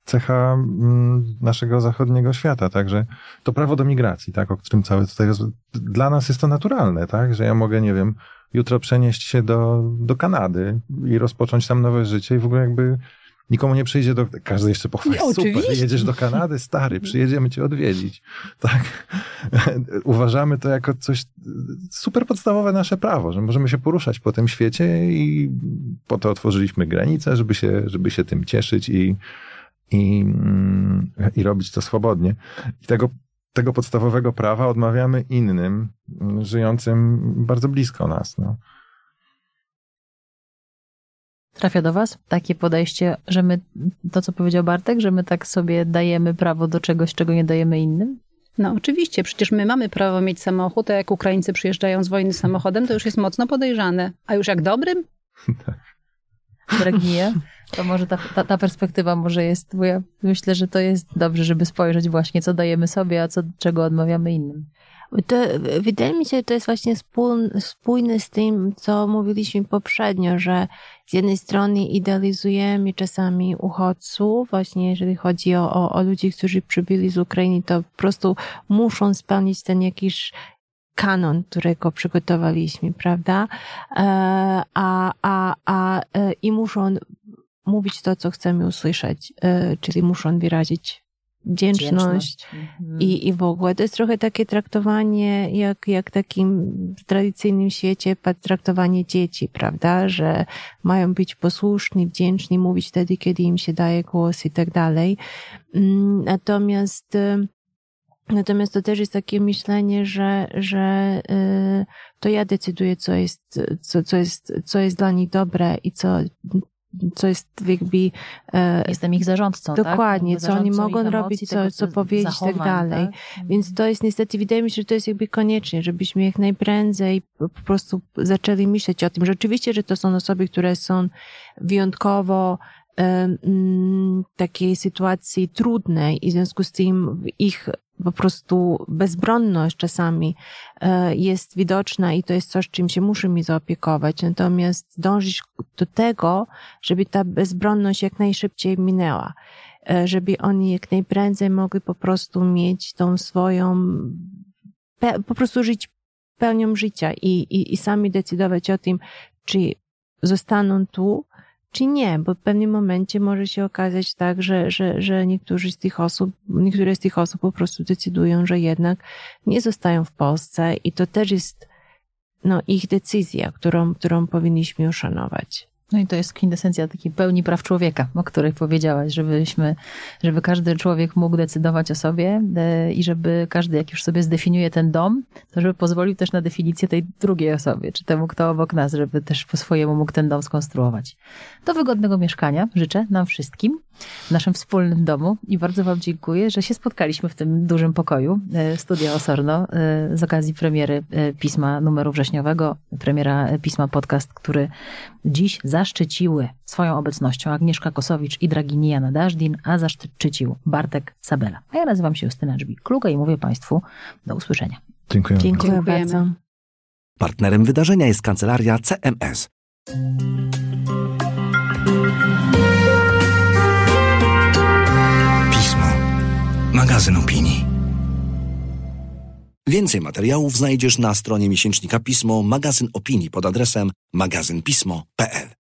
cecha mm, naszego zachodniego świata, także to prawo do migracji, tak, o którym cały tutaj roz... dla nas jest to naturalne, tak, że ja mogę, nie wiem, jutro przenieść się do, do Kanady i rozpocząć tam nowe życie i w ogóle jakby nikomu nie przyjdzie do... Każdy jeszcze pochwali, super, jedziesz do Kanady, stary, przyjedziemy cię odwiedzić. Tak. Uważamy to jako coś super podstawowe nasze prawo, że możemy się poruszać po tym świecie i po to otworzyliśmy granice, żeby się, żeby się tym cieszyć i, i, i robić to swobodnie. I tego, tego podstawowego prawa odmawiamy innym, żyjącym bardzo blisko nas. No. Trafia do was takie podejście, że my, to co powiedział Bartek, że my tak sobie dajemy prawo do czegoś, czego nie dajemy innym? No oczywiście, przecież my mamy prawo mieć samochód, a jak Ukraińcy przyjeżdżają z wojny samochodem, to już jest mocno podejrzane. A już jak dobrym? Dragnie, to może ta, ta, ta perspektywa może jest, bo ja myślę, że to jest dobrze, żeby spojrzeć właśnie, co dajemy sobie, a co, czego odmawiamy innym. To, wydaje mi się, że to jest właśnie spójne z tym, co mówiliśmy poprzednio, że z jednej strony idealizujemy czasami uchodźców, właśnie jeżeli chodzi o, o, o ludzi, którzy przybyli z Ukrainy, to po prostu muszą spełnić ten jakiś kanon, którego przygotowaliśmy, prawda? A, a, a, i muszą mówić to, co chcemy usłyszeć, czyli muszą wyrazić wdzięczność i, i w ogóle. To jest trochę takie traktowanie, jak, jak w takim tradycyjnym świecie, traktowanie dzieci, prawda, że mają być posłuszni, wdzięczni, mówić wtedy, kiedy im się daje głos i tak dalej. Natomiast Natomiast to też jest takie myślenie, że, że to ja decyduję, co jest, co, co jest, co jest dla nich dobre i co, co jest jakby... Jestem ich zarządcą, dokładnie, tak? co oni mogą robić, co, co powiedzieć i tak dalej. Tak? Więc to jest niestety, wydaje mi się, że to jest jakby koniecznie, żebyśmy jak najprędzej po prostu zaczęli myśleć o tym, że oczywiście, że to są osoby, które są wyjątkowo w takiej sytuacji trudnej i w związku z tym ich po prostu bezbronność czasami jest widoczna i to jest coś, czym się musimy zaopiekować. Natomiast dążyć do tego, żeby ta bezbronność jak najszybciej minęła. Żeby oni jak najprędzej mogli po prostu mieć tą swoją, po prostu żyć pełnią życia i, i, i sami decydować o tym, czy zostaną tu, czy nie, bo w pewnym momencie może się okazać tak, że, że, że niektórzy z tych osób, niektóre z tych osób po prostu decydują, że jednak nie zostają w Polsce i to też jest no, ich decyzja, którą, którą powinniśmy uszanować. No i to jest kwintesencja takiej pełni praw człowieka, o której powiedziałaś, żebyśmy, żeby każdy człowiek mógł decydować o sobie i żeby każdy, jak już sobie zdefiniuje ten dom, to żeby pozwolił też na definicję tej drugiej osobie, czy temu, kto obok nas, żeby też po swojemu mógł ten dom skonstruować. Do wygodnego mieszkania życzę nam wszystkim w naszym wspólnym domu i bardzo wam dziękuję, że się spotkaliśmy w tym dużym pokoju Studia Osorno z okazji premiery Pisma numeru wrześniowego, premiera Pisma podcast, który dziś zaszczyciły swoją obecnością Agnieszka Kosowicz i Draginiya Nadażdin, a zaszczycił Bartek Sabela. A ja nazywam się Justyna Dżbik-Kluga i mówię państwu do usłyszenia. Dziękuję. Dziękuję Dziękujemy. bardzo. Partnerem wydarzenia jest kancelaria C M S. Pismo. Magazyn opinii. Więcej materiałów znajdziesz na stronie miesięcznika Pismo, magazyn opinii pod adresem magazyn pismo kropka p l.